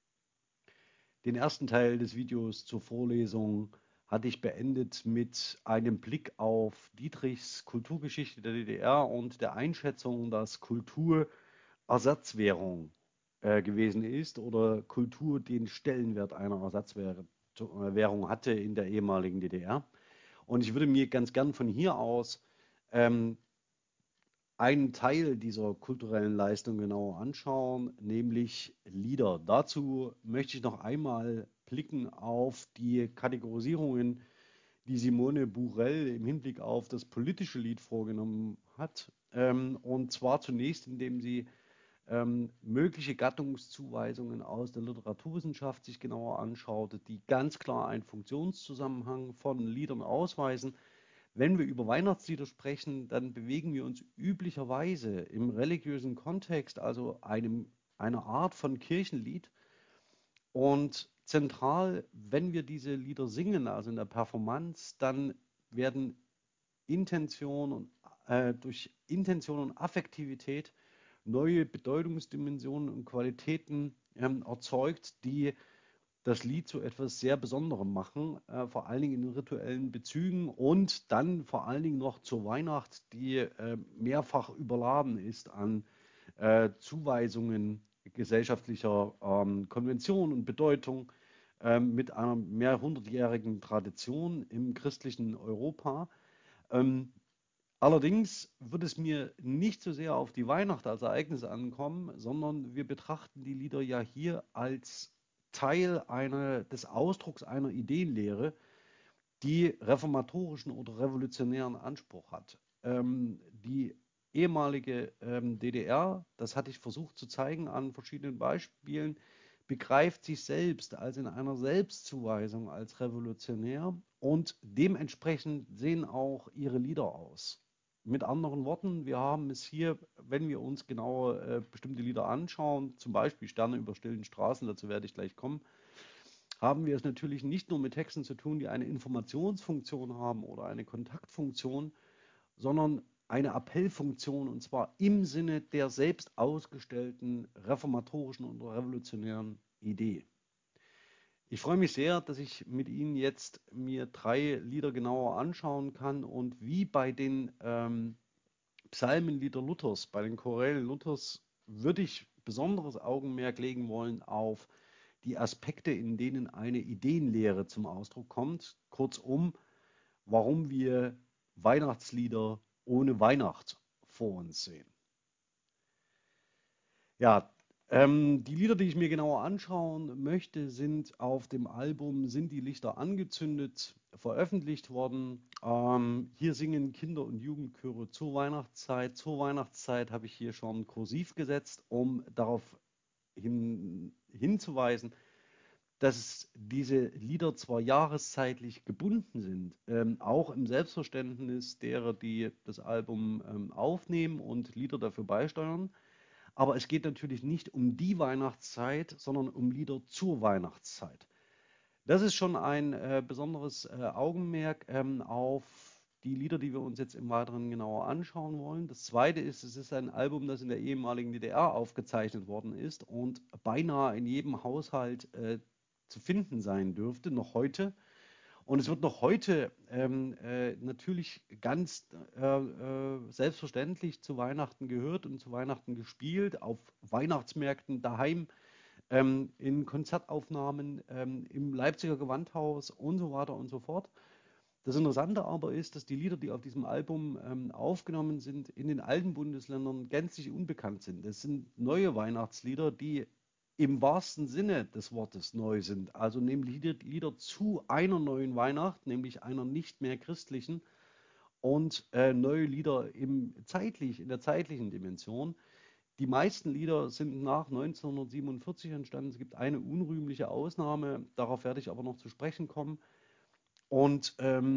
Den ersten Teil des Videos zur Vorlesung hatte ich beendet mit einem Blick auf Dietrichs Kulturgeschichte der DDR und der Einschätzung, dass Kultur Ersatzwährung gewesen ist oder Kultur den Stellenwert einer Ersatzwährung hatte in der ehemaligen DDR. Und ich würde mir ganz gern von hier aus ähm, einen Teil dieser kulturellen Leistung genauer anschauen, nämlich Lieder. Dazu möchte ich noch einmal blicken auf die Kategorisierungen, die Simone Burell im Hinblick auf das politische Lied vorgenommen hat. Und zwar zunächst, indem sie mögliche Gattungszuweisungen aus der Literaturwissenschaft sich genauer anschaute, die ganz klar einen Funktionszusammenhang von Liedern ausweisen. Wenn wir über Weihnachtslieder sprechen, dann bewegen wir uns üblicherweise im religiösen Kontext, also einer Art von Kirchenlied. Und zentral, wenn wir diese Lieder singen, also in der Performance, dann werden Intention und, durch Intention und Affektivität neue Bedeutungsdimensionen und Qualitäten erzeugt, die das Lied zu etwas sehr Besonderem machen, vor allen Dingen in den rituellen Bezügen und dann vor allen Dingen noch zur Weihnacht, die mehrfach überladen ist an Zuweisungen gesellschaftlicher Konvention und Bedeutung mit einer mehrhundertjährigen Tradition im christlichen Europa. Ähm, Allerdings wird es mir nicht so sehr auf die Weihnacht als Ereignis ankommen, sondern wir betrachten die Lieder ja hier als Teil des Ausdrucks einer Ideenlehre, die reformatorischen oder revolutionären Anspruch hat. Die ehemalige DDR, das hatte ich versucht zu zeigen an verschiedenen Beispielen, begreift sich selbst als in einer Selbstzuweisung als revolutionär und dementsprechend sehen auch ihre Lieder aus. Mit anderen Worten, wir haben es hier, wenn wir uns genauer bestimmte Lieder anschauen, zum Beispiel Sterne über stillen Straßen, dazu werde ich gleich kommen, haben wir es natürlich nicht nur mit Texten zu tun, die eine Informationsfunktion haben oder eine Kontaktfunktion, sondern eine Appellfunktion und zwar im Sinne der selbst ausgestellten reformatorischen und revolutionären Idee. Ich freue mich sehr, dass ich mit Ihnen jetzt mir 3 Lieder genauer anschauen kann und wie bei den Psalmenlieder Luthers, bei den Chorälen Luthers, würde ich besonderes Augenmerk legen wollen auf die Aspekte, in denen eine Ideenlehre zum Ausdruck kommt. Kurzum, warum wir Weihnachtslieder ohne Weihnacht vor uns sehen. Ja, die Lieder, die ich mir genauer anschauen möchte, sind auf dem Album Sind die Lichter angezündet veröffentlicht worden. Hier singen Kinder- und Jugendchöre zur Weihnachtszeit. Zur Weihnachtszeit habe ich hier schon kursiv gesetzt, um darauf hinzuweisen, dass diese Lieder zwar jahreszeitlich gebunden sind, auch im Selbstverständnis derer, die das Album aufnehmen und Lieder dafür beisteuern, aber es geht natürlich nicht um die Weihnachtszeit, sondern um Lieder zur Weihnachtszeit. Das ist schon ein besonderes Augenmerk auf die Lieder, die wir uns jetzt im Weiteren genauer anschauen wollen. Das zweite ist, es ist ein Album, das in der ehemaligen DDR aufgezeichnet worden ist und beinahe in jedem Haushalt zu finden sein dürfte, noch heute. Und es wird noch heute natürlich ganz selbstverständlich zu Weihnachten gehört und zu Weihnachten gespielt, auf Weihnachtsmärkten daheim, in Konzertaufnahmen, im Leipziger Gewandhaus und so weiter und so fort. Das Interessante aber ist, dass die Lieder, die auf diesem Album aufgenommen sind, in den alten Bundesländern gänzlich unbekannt sind. Das sind neue Weihnachtslieder, die im wahrsten Sinne des Wortes neu sind. Also nämlich Lieder zu einer neuen Weihnacht, nämlich einer nicht mehr christlichen, und neue Lieder in der zeitlichen Dimension. Die meisten Lieder sind nach 1947 entstanden. Es gibt eine unrühmliche Ausnahme, darauf werde ich aber noch zu sprechen kommen. Und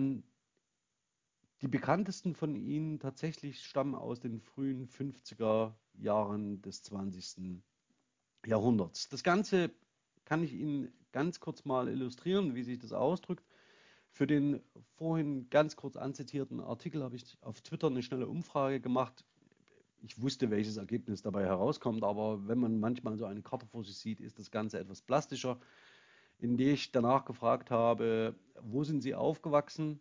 die bekanntesten von ihnen tatsächlich stammen aus den frühen 50er Jahren des 20. Jahrhunderts. Das Ganze kann ich Ihnen ganz kurz mal illustrieren, wie sich das ausdrückt. Für den vorhin ganz kurz anzitierten Artikel habe ich auf Twitter eine schnelle Umfrage gemacht. Ich wusste, welches Ergebnis dabei herauskommt, aber wenn man manchmal so eine Karte vor sich sieht, ist das Ganze etwas plastischer, in der ich danach gefragt habe, wo sind Sie aufgewachsen?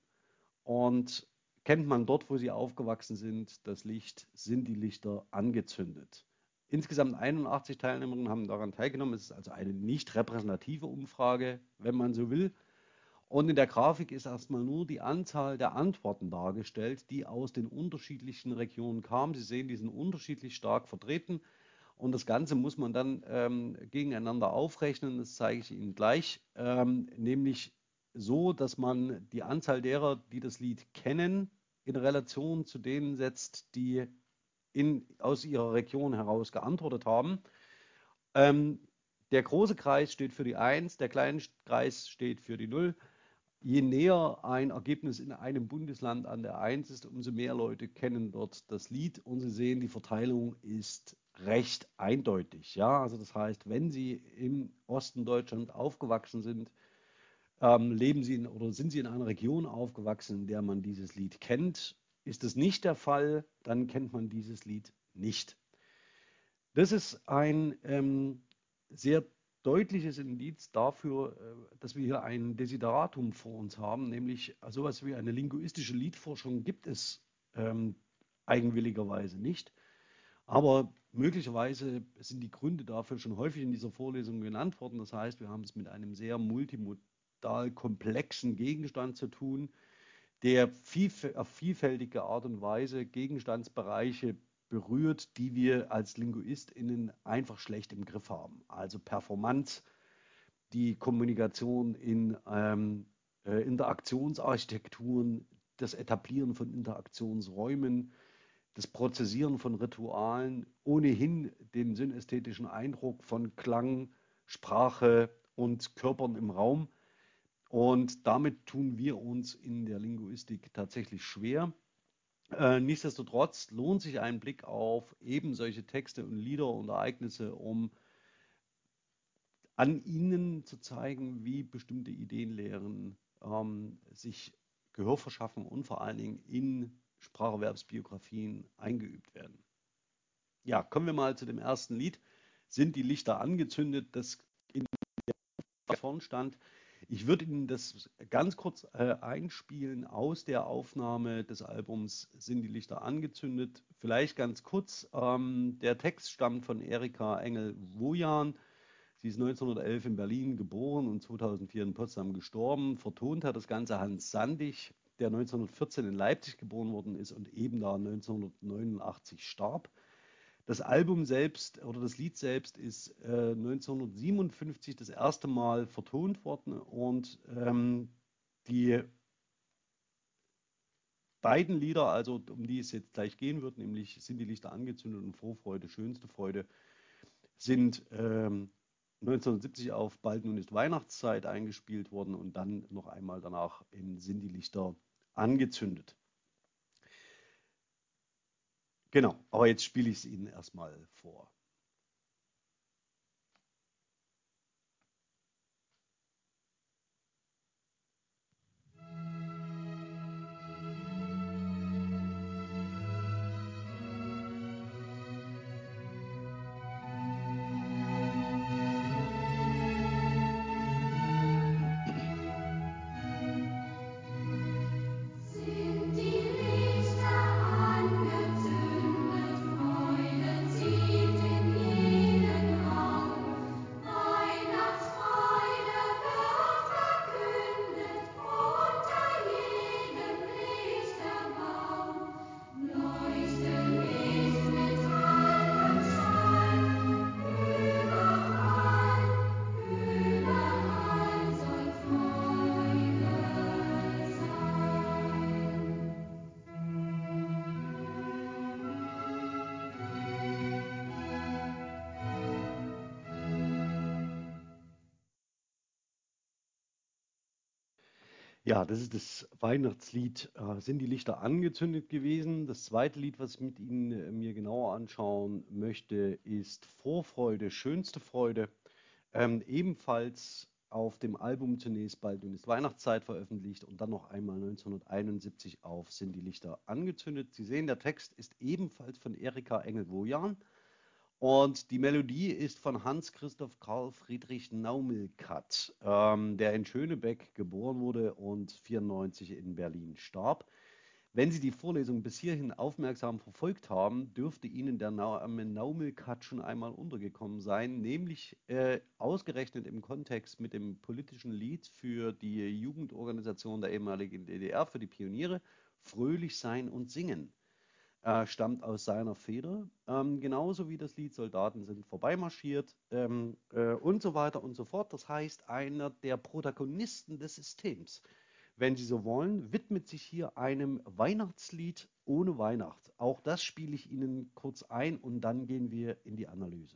Und kennt man dort, wo sie aufgewachsen sind, das Licht, sind die Lichter angezündet. Insgesamt 81 Teilnehmerinnen haben daran teilgenommen. Es ist also eine nicht repräsentative Umfrage, wenn man so will. Und in der Grafik ist erstmal nur die Anzahl der Antworten dargestellt, die aus den unterschiedlichen Regionen kamen. Sie sehen, die sind unterschiedlich stark vertreten. Und das Ganze muss man dann gegeneinander aufrechnen. Das zeige ich Ihnen gleich. Nämlich so, dass man die Anzahl derer, die das Lied kennen, in Relation zu denen setzt, die aus ihrer Region heraus geantwortet haben. Ähm, Der große Kreis steht für die 1, der kleine Kreis steht für die 0. Je näher ein Ergebnis in einem Bundesland an der 1 ist, umso mehr Leute kennen dort das Lied und Sie sehen, die Verteilung ist recht eindeutig. Ja, also das heißt, wenn Sie im Osten Deutschland aufgewachsen sind, leben Sie oder sind Sie in einer Region aufgewachsen, in der man dieses Lied kennt. Ist es nicht der Fall, dann kennt man dieses Lied nicht. Das ist ein sehr deutliches Indiz dafür, dass wir hier ein Desideratum vor uns haben, nämlich sowas wie eine linguistische Liedforschung gibt es eigenwilligerweise nicht. Aber möglicherweise sind die Gründe dafür schon häufig in dieser Vorlesung genannt worden. Das heißt, wir haben es mit einem sehr multimodal komplexen Gegenstand zu tun, der auf vielfältige Art und Weise Gegenstandsbereiche berührt, die wir als LinguistInnen einfach schlecht im Griff haben. Also Performance, die Kommunikation in Interaktionsarchitekturen, das Etablieren von Interaktionsräumen, das Prozessieren von Ritualen, ohnehin den synästhetischen Eindruck von Klang, Sprache und Körpern im Raum. Und damit tun wir uns in der Linguistik tatsächlich schwer. Nichtsdestotrotz lohnt sich ein Blick auf eben solche Texte und Lieder und Ereignisse, um an ihnen zu zeigen, wie bestimmte Ideenlehren sich Gehör verschaffen und vor allen Dingen in Spracherwerbsbiografien eingeübt werden. Ja, kommen wir mal zu dem ersten Lied. Sind die Lichter angezündet? Das in der vorn stand. Ich würde Ihnen das ganz kurz einspielen aus der Aufnahme des Albums Sind die Lichter angezündet? Vielleicht ganz kurz. Der Text stammt von Erika Engel-Wojan. Sie ist 1911 in Berlin geboren und 2004 in Potsdam gestorben. Vertont hat das Ganze Hans Sandig, der 1914 in Leipzig geboren worden ist und eben da 1989 starb. Das Album selbst oder das Lied selbst ist 1957 das erste Mal vertont worden und die beiden Lieder, also um die es jetzt gleich gehen wird, nämlich Sind die Lichter angezündet und Vorfreude, schönste Freude, sind 1970 auf Bald nun ist Weihnachtszeit eingespielt worden und dann noch einmal danach in Sind die Lichter angezündet. Genau, aber jetzt spiele ich es Ihnen erstmal vor. Ja, das ist das Weihnachtslied, sind die Lichter angezündet gewesen. Das zweite Lied, was ich mit Ihnen mir genauer anschauen möchte, ist Vorfreude, schönste Freude. Ebenfalls auf dem Album zunächst Bald nun ist Weihnachtszeit veröffentlicht und dann noch einmal 1971 auf Sind die Lichter angezündet. Sie sehen, der Text ist ebenfalls von Erika Engel-Wojan und die Melodie ist von Hans Christoph Karl Friedrich Naumilkat, der in Schönebeck geboren wurde und 94 in Berlin starb. Wenn Sie die Vorlesung bis hierhin aufmerksam verfolgt haben, dürfte Ihnen der Name Naumilkat schon einmal untergekommen sein, nämlich ausgerechnet im Kontext mit dem politischen Lied für die Jugendorganisation der ehemaligen DDR, für die Pioniere, Fröhlich sein und singen stammt aus seiner Feder, genauso wie das Lied Soldaten sind vorbeimarschiert und so weiter und so fort. Das heißt, einer der Protagonisten des Systems, wenn Sie so wollen, widmet sich hier einem Weihnachtslied ohne Weihnacht. Auch das spiele ich Ihnen kurz ein und dann gehen wir in die Analyse.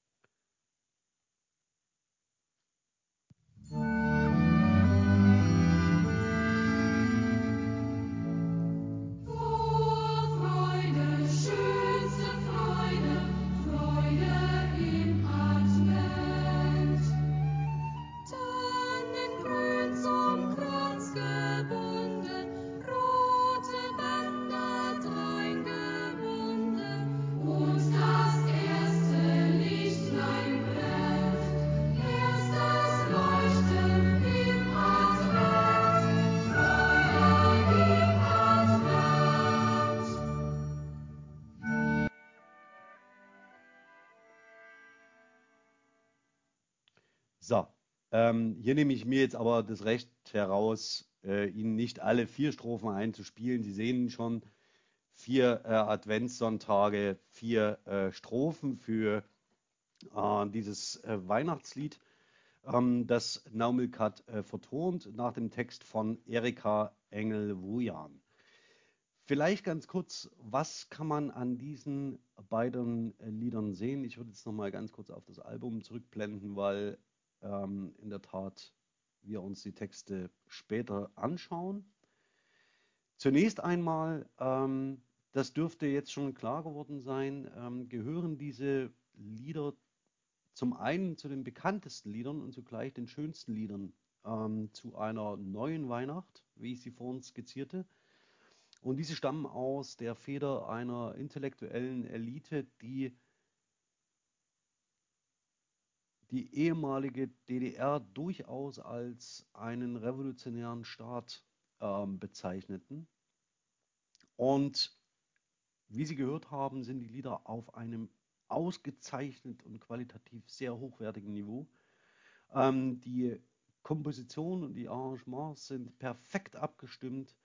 Vorfreude, schönste Freude, Freude im Advent. Tannengrün zum Kranz gebunden, rote Bänder drein gewunden, und das erste Lichtlein brennt, erstes Leuchten im Advent, Freude im Advent. So, hier nehme ich mir jetzt aber das Recht heraus, Ihnen nicht alle vier Strophen einzuspielen. Sie sehen schon, vier Adventssonntage, vier Strophen für dieses Weihnachtslied, das Naumilkat vertont nach dem Text von Erika Engel-Wujan. Vielleicht ganz kurz, was kann man an diesen beiden Liedern sehen? Ich würde jetzt noch mal ganz kurz auf das Album zurückblenden, weil in der Tat wir uns die Texte später anschauen. Zunächst einmal, das dürfte jetzt schon klar geworden sein, gehören diese Lieder zum einen zu den bekanntesten Liedern und zugleich den schönsten Liedern zu einer neuen Weihnacht, wie ich sie vorhin skizzierte. Und diese stammen aus der Feder einer intellektuellen Elite, die die ehemalige DDR durchaus als einen revolutionären Staat bezeichneten. Und wie Sie gehört haben, sind die Lieder auf einem ausgezeichnet und qualitativ sehr hochwertigen Niveau. Die Komposition und die Arrangements sind perfekt abgestimmt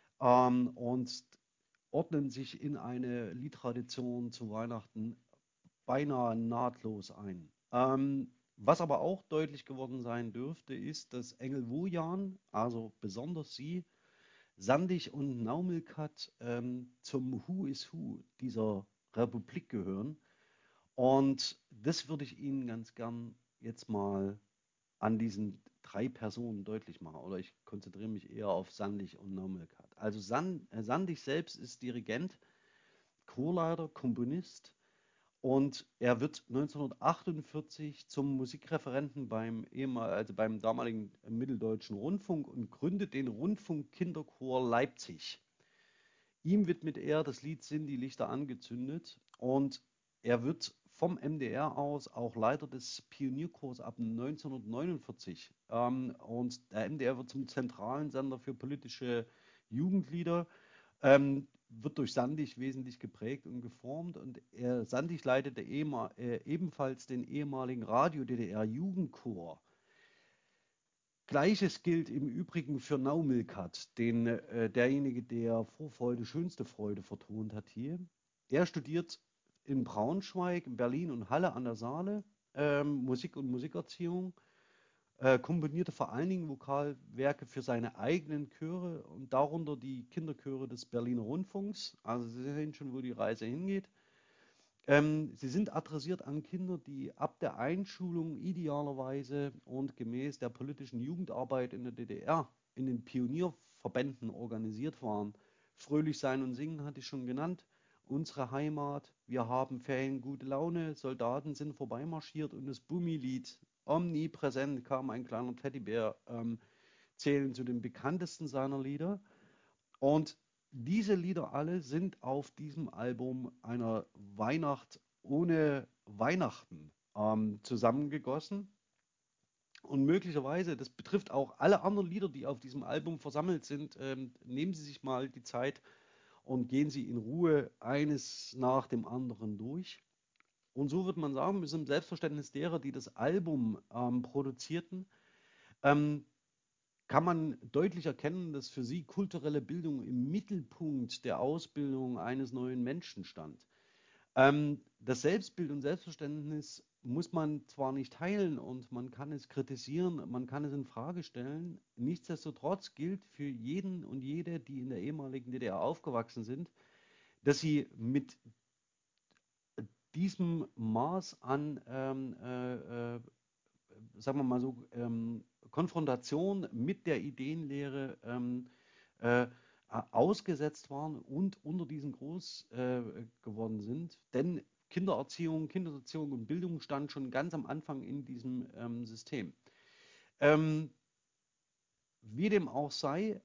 und ordnen sich in eine Liedtradition zu Weihnachten beinahe nahtlos ein. Was aber auch deutlich geworden sein dürfte, ist, dass Engel Wujan, also besonders sie, Sandig und Naumilkat zum Who is Who dieser Republik gehören. Und das würde ich Ihnen ganz gern jetzt mal an diesen drei Personen deutlich machen. Oder ich konzentriere mich eher auf Sandig und Naumilkat. Also Sandig selbst ist Dirigent, Chorleiter, Komponist und er wird 1948 zum Musikreferenten also beim damaligen Mitteldeutschen Rundfunk und gründet den Rundfunkkinderchor Leipzig. Ihm widmet er das Lied Sind die Lichter angezündet und er wird vom MDR aus auch Leiter des Pionierchors ab 1949. Und der MDR wird zum zentralen Sender für politische Jugendlieder, wird durch Sandig wesentlich geprägt und geformt. Und Sandig leitete ebenfalls den ehemaligen Radio-DDR-Jugendchor. Gleiches gilt im Übrigen für Naumilkat, derjenige, der Vorfreude, schönste Freude vertont hat hier. Er studiert in Braunschweig, Berlin und Halle an der Saale Musik und Musikerziehung, komponierte vor allen Dingen Vokalwerke für seine eigenen Chöre und darunter die Kinderchöre des Berliner Rundfunks. Also Sie sehen schon, wo die Reise hingeht. Sie sind adressiert an Kinder, die ab der Einschulung idealerweise und gemäß der politischen Jugendarbeit in der DDR in den Pionierverbänden organisiert waren. Fröhlich sein und singen hatte ich schon genannt. Unsere Heimat, wir haben Ferien, gute Laune, Soldaten sind vorbeimarschiert und das Bummi-Lied omnipräsent kam ein kleiner Teddybär, zählen zu den bekanntesten seiner Lieder. Und diese Lieder alle sind auf diesem Album einer Weihnacht ohne Weihnachten zusammengegossen. Und möglicherweise, das betrifft auch alle anderen Lieder, die auf diesem Album versammelt sind, nehmen Sie sich mal die Zeit und gehen Sie in Ruhe eines nach dem anderen durch. Und so würde man sagen, ist im Selbstverständnis derer, die das Album produzierten, ähm, kann man deutlich erkennen, dass für sie kulturelle Bildung im Mittelpunkt der Ausbildung eines neuen Menschen stand. Das Selbstbild und Selbstverständnis muss man zwar nicht teilen und man kann es kritisieren, man kann es in Frage stellen. Nichtsdestotrotz gilt für jeden und jede, die in der ehemaligen DDR aufgewachsen sind, dass sie mit diesem Maß an, sagen wir mal so, Konfrontation mit der Ideenlehre äh, ausgesetzt waren und unter diesen groß geworden sind. Denn Kindererziehung, Kindererziehung und Bildung stand schon ganz am Anfang in diesem System. Ähm, wie dem auch sei,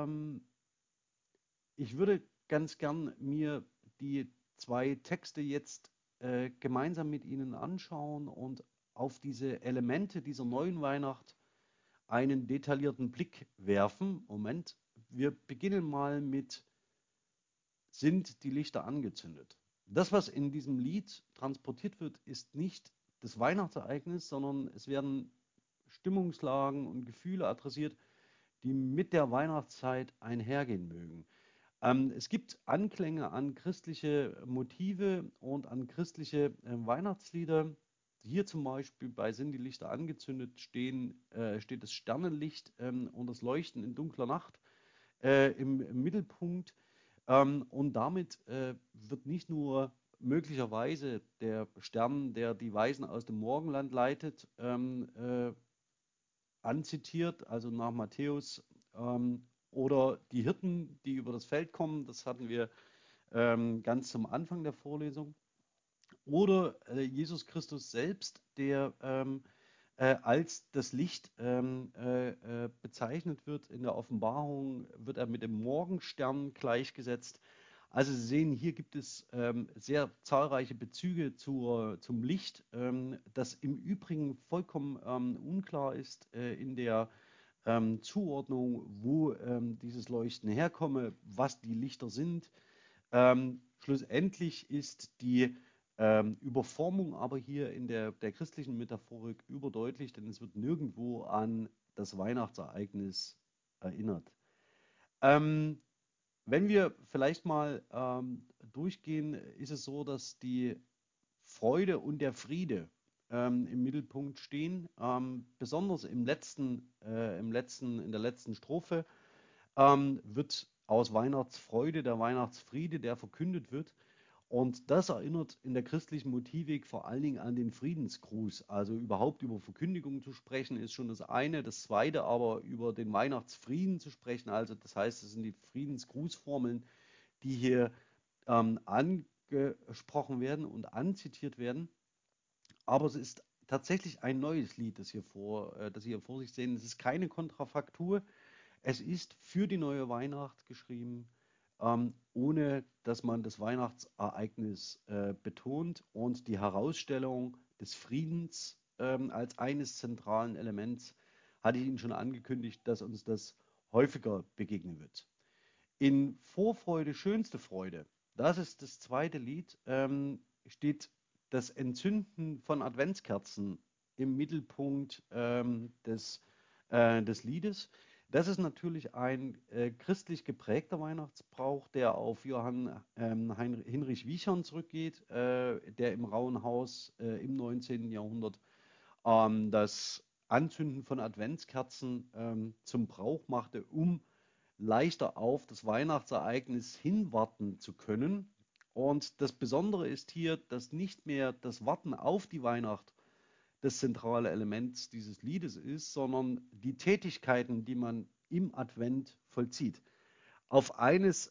ich würde ganz gern mir die zwei Texte jetzt gemeinsam mit Ihnen anschauen und auf diese Elemente dieser neuen Weihnacht einen detaillierten Blick werfen. Moment, wir beginnen mal mit Sind die Lichter angezündet? Das, was in diesem Lied transportiert wird, ist nicht das Weihnachtsereignis, sondern es werden Stimmungslagen und Gefühle adressiert, die mit der Weihnachtszeit einhergehen mögen. Es gibt Anklänge an christliche Motive und an christliche Weihnachtslieder. Hier zum Beispiel bei Sind die Lichter angezündet steht das Sternenlicht und das Leuchten in dunkler Nacht im Mittelpunkt. Und damit wird nicht nur möglicherweise der Stern, der die Weisen aus dem Morgenland leitet, anzitiert, also nach Matthäus, oder die Hirten, die über das Feld kommen, das hatten wir ganz zum Anfang der Vorlesung, oder Jesus Christus selbst, der als das Licht bezeichnet wird. In der Offenbarung wird er mit dem Morgenstern gleichgesetzt. Also Sie sehen, hier gibt es sehr zahlreiche Bezüge zum Licht, das im Übrigen vollkommen unklar ist in der Zuordnung, wo dieses Leuchten herkomme, was die Lichter sind. Schlussendlich ist die Überformung aber hier in der christlichen Metaphorik überdeutlich, denn es wird nirgendwo an das Weihnachtsereignis erinnert. Ähm, wenn wir vielleicht mal durchgehen, ist es so, dass die Freude und der Friede im Mittelpunkt stehen. Besonders in der letzten Strophe wird aus Weihnachtsfreude der Weihnachtsfriede, der verkündet wird. Und das erinnert in der christlichen Motivik vor allen Dingen an den Friedensgruß. Also überhaupt über Verkündigung zu sprechen, ist schon das eine. Das zweite aber über den Weihnachtsfrieden zu sprechen. Also das heißt, es sind die Friedensgrußformeln, die hier angesprochen werden und anzitiert werden. Aber es ist tatsächlich ein neues Lied, das Sie hier vor sich sehen. Es ist keine Kontrafaktur. Es ist für die neue Weihnacht geschrieben, ohne dass man das Weihnachtsereignis betont und die Herausstellung des Friedens als eines zentralen Elements hatte ich Ihnen schon angekündigt, dass uns das häufiger begegnen wird. In Vorfreude, schönste Freude, das ist das zweite Lied, steht das Entzünden von Adventskerzen im Mittelpunkt des Liedes. Das ist natürlich ein christlich geprägter Weihnachtsbrauch, der auf Johann Hinrich Wiechern zurückgeht, der im Rauen Haus im 19. Jahrhundert das Anzünden von Adventskerzen zum Brauch machte, um leichter auf das Weihnachtsereignis hinwarten zu können. Und das Besondere ist hier, dass nicht mehr das Warten auf die Weihnacht das zentrale Element dieses Liedes ist, sondern die Tätigkeiten, die man im Advent vollzieht. Auf eines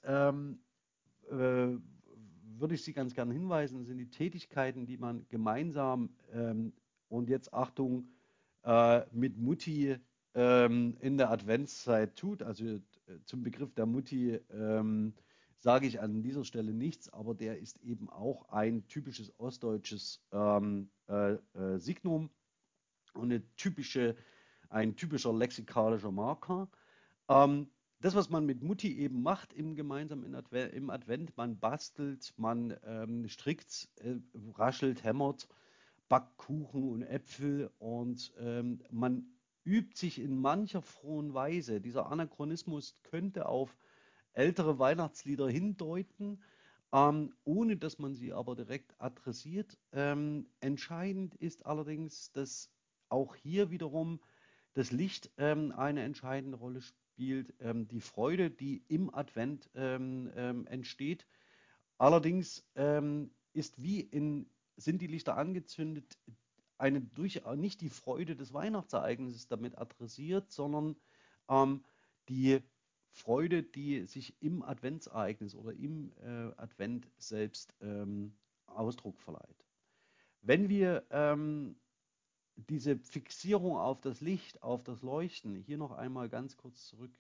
würde ich Sie ganz gerne hinweisen, das sind die Tätigkeiten, die man gemeinsam und jetzt Achtung mit Mutti in der Adventszeit tut. Also zum Begriff der Mutti sage ich an dieser Stelle nichts, aber der ist eben auch ein typisches ostdeutsches Signum und ein typischer lexikalischer Marker. Ähm, Das, was man mit Mutti eben macht im Advent, man bastelt, man strickt, raschelt, hämmert, backt Kuchen und Äpfel und man übt sich in mancher frohen Weise. Dieser Anachronismus könnte auf ältere Weihnachtslieder hindeuten, ohne dass man sie aber direkt adressiert. Entscheidend ist allerdings, dass auch hier wiederum das Licht eine entscheidende Rolle spielt, die Freude, die im Advent entsteht. Allerdings sind die Lichter angezündet, nicht die Freude des Weihnachtsereignisses damit adressiert, sondern die Freude, die sich im Adventsereignis oder im Advent selbst Ausdruck verleiht. Wenn wir diese Fixierung auf das Licht, auf das Leuchten, hier noch einmal ganz kurz zurück,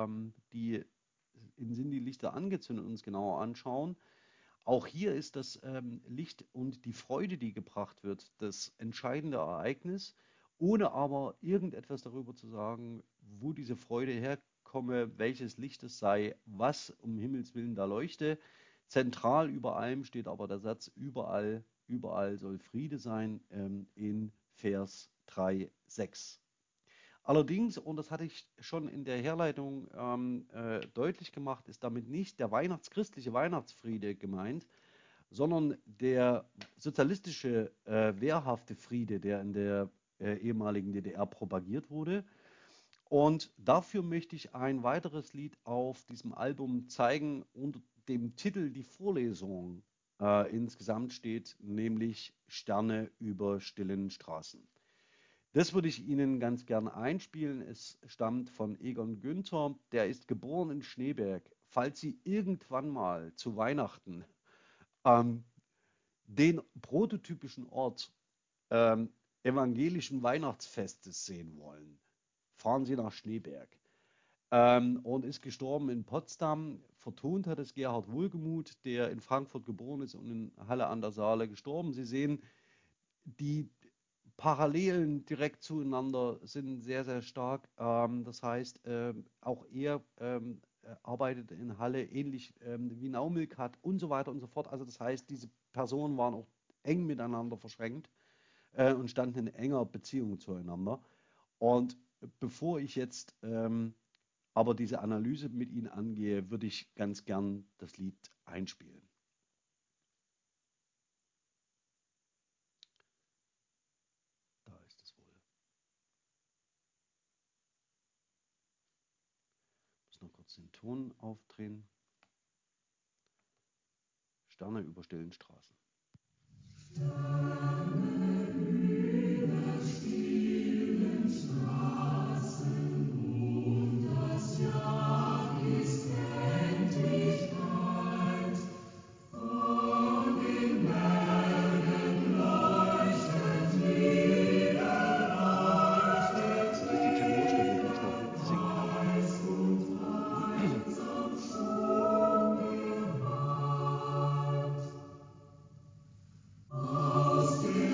sind die Lichter angezündet, uns genauer anschauen. Auch hier ist das Licht und die Freude, die gebracht wird, das entscheidende Ereignis, ohne aber irgendetwas darüber zu sagen, wo diese Freude herkomme, welches Licht es sei, was um Himmels Willen da leuchte. Zentral über allem steht aber der Satz, überall soll Friede sein, in Vers 3, 6. Allerdings, und das hatte ich schon in der Herleitung deutlich gemacht, ist damit nicht der christliche Weihnachtsfriede gemeint, sondern der sozialistische, wehrhafte Friede, der in der ehemaligen DDR propagiert wurde. Und dafür möchte ich ein weiteres Lied auf diesem Album zeigen unter dem Titel Die Vorlesung insgesamt steht, nämlich Sterne über stillen Straßen. Das würde ich Ihnen ganz gern einspielen. Es stammt von Egon Günther. Der ist geboren in Schneeberg. Falls Sie irgendwann mal zu Weihnachten ähm, den prototypischen Ort evangelischen Weihnachtsfestes sehen wollen, fahren Sie nach Schneeberg. Und ist gestorben in Potsdam. Vertont hat es Gerhard Wohlgemuth, der in Frankfurt geboren ist und in Halle an der Saale gestorben. Sie sehen, die Parallelen direkt zueinander sind sehr, sehr stark. Das heißt, auch er arbeitet in Halle ähnlich wie Naumilk hat und so weiter und so fort. Also das heißt, diese Personen waren auch eng miteinander verschränkt und standen in enger Beziehung zueinander. Und bevor ich jetzt aber diese Analyse mit Ihnen angehe, würde ich ganz gern das Lied einspielen. Da ist es wohl. Ich muss noch kurz den Ton aufdrehen. Sterne über stillen Straßen. Das ist die Tenorstimme, die ich noch mitsingen kann. Aus dem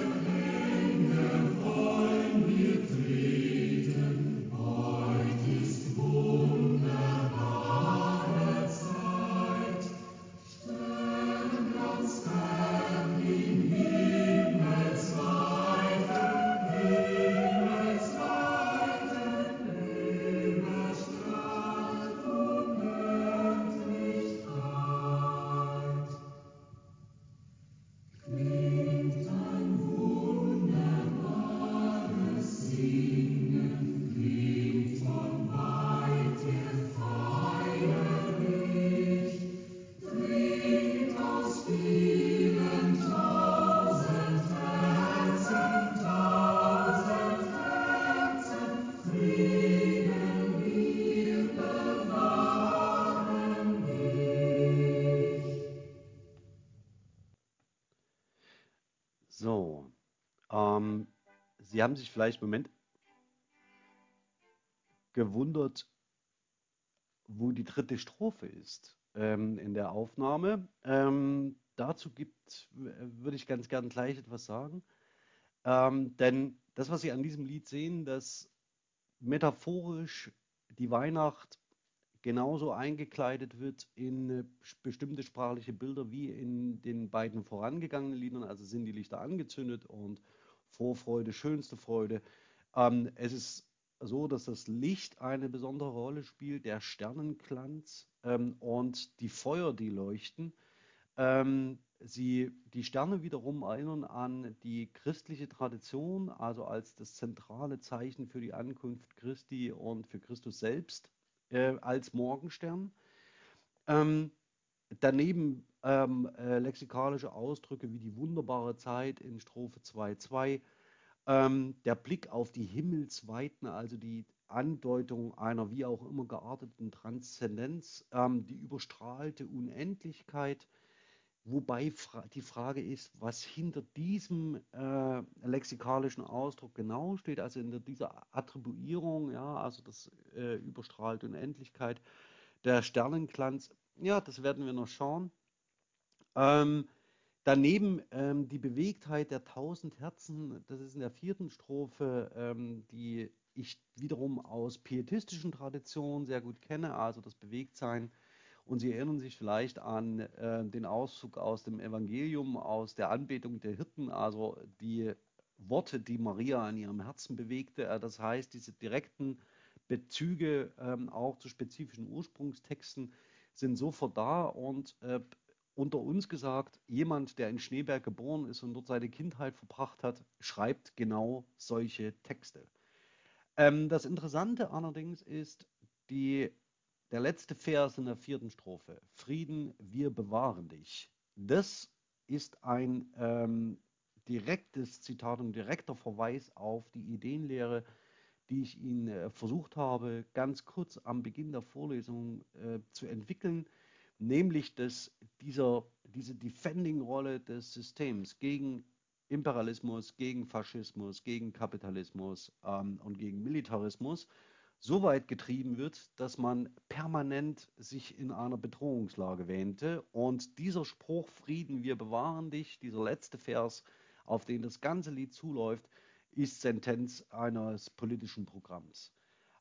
So, ähm, Sie haben sich vielleicht im Moment gewundert, wo die dritte Strophe ist in der Aufnahme. Dazu würde ich ganz gern gleich etwas sagen. Denn das, was Sie an diesem Lied sehen, dass metaphorisch die Weihnacht genauso eingekleidet wird in bestimmte sprachliche Bilder wie in den beiden vorangegangenen Liedern. Also sind die Lichter angezündet und Vorfreude, schönste Freude. Es ist so, dass das Licht eine besondere Rolle spielt, der Sternenglanz und die Feuer, die leuchten. Die Sterne wiederum erinnern an die christliche Tradition, also als das zentrale Zeichen für die Ankunft Christi und für Christus selbst als Morgenstern. Ähm, Daneben lexikalische Ausdrücke wie die wunderbare Zeit in Strophe 2,2, der Blick auf die Himmelsweiten, also die Andeutung einer wie auch immer gearteten Transzendenz, die überstrahlte Unendlichkeit. Wobei die Frage ist, was hinter diesem lexikalischen Ausdruck genau steht, also hinter dieser Attribuierung, ja, also das überstrahlt Unendlichkeit, der Sternenglanz, ja, das werden wir noch schauen. Ähm, Daneben die Bewegtheit der 1000 Herzen, das ist in der vierten Strophe, die ich wiederum aus pietistischen Traditionen sehr gut kenne, also das Bewegtsein. Und Sie erinnern sich vielleicht an den Auszug aus dem Evangelium, aus der Anbetung der Hirten, also die Worte, die Maria an ihrem Herzen bewegte. Das heißt, diese direkten Bezüge auch zu spezifischen Ursprungstexten sind sofort da und unter uns gesagt, jemand, der in Schneeberg geboren ist und dort seine Kindheit verbracht hat, schreibt genau solche Texte. Das Interessante allerdings ist die, der letzte Vers in der vierten Strophe. Frieden, wir bewahren dich. Das ist ein direktes Zitat und direkter Verweis auf die Ideenlehre, die ich Ihnen versucht habe, ganz kurz am Beginn der Vorlesung zu entwickeln, nämlich dass diese Defending-Rolle des Systems gegen Imperialismus, gegen Faschismus, gegen Kapitalismus und gegen Militarismus so weit getrieben wird, dass man permanent sich in einer Bedrohungslage wähnte. Und dieser Spruch, Frieden, wir bewahren dich, dieser letzte Vers, auf den das ganze Lied zuläuft, ist Sentenz eines politischen Programms.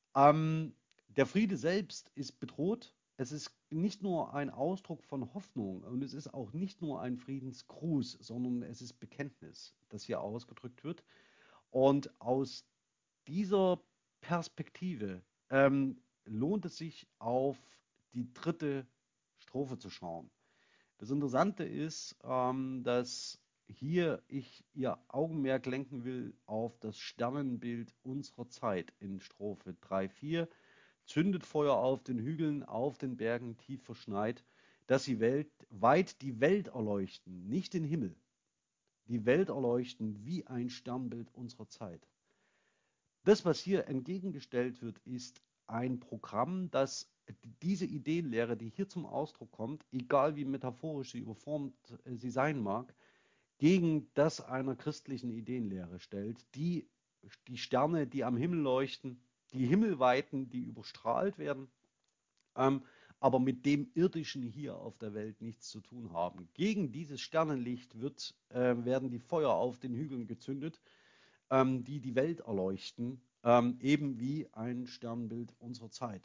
Der Friede selbst ist bedroht. Es ist nicht nur ein Ausdruck von Hoffnung und es ist auch nicht nur ein Friedensgruß, sondern es ist Bekenntnis, das hier ausgedrückt wird. Und aus dieser Perspektive lohnt es sich, auf die dritte Strophe zu schauen. Das Interessante ist, dass hier ich Ihr Augenmerk lenken will auf das Sternenbild unserer Zeit in Strophe 3,4. Zündet Feuer auf den Hügeln, auf den Bergen tief verschneit, dass sie weit die Welt erleuchten, nicht den Himmel, die Welt erleuchten wie ein Sternbild unserer Zeit. Das, was hier entgegengestellt wird, ist ein Programm, das diese Ideenlehre, die hier zum Ausdruck kommt, egal wie metaphorisch sie überformt sie sein mag, gegen das einer christlichen Ideenlehre stellt, die Sterne, die am Himmel leuchten, die Himmelweiten, die überstrahlt werden, ähm, aber mit dem Irdischen hier auf der Welt nichts zu tun haben. Gegen dieses Sternenlicht werden die Feuer auf den Hügeln gezündet, die die Welt erleuchten, eben wie ein Sternbild unserer Zeit.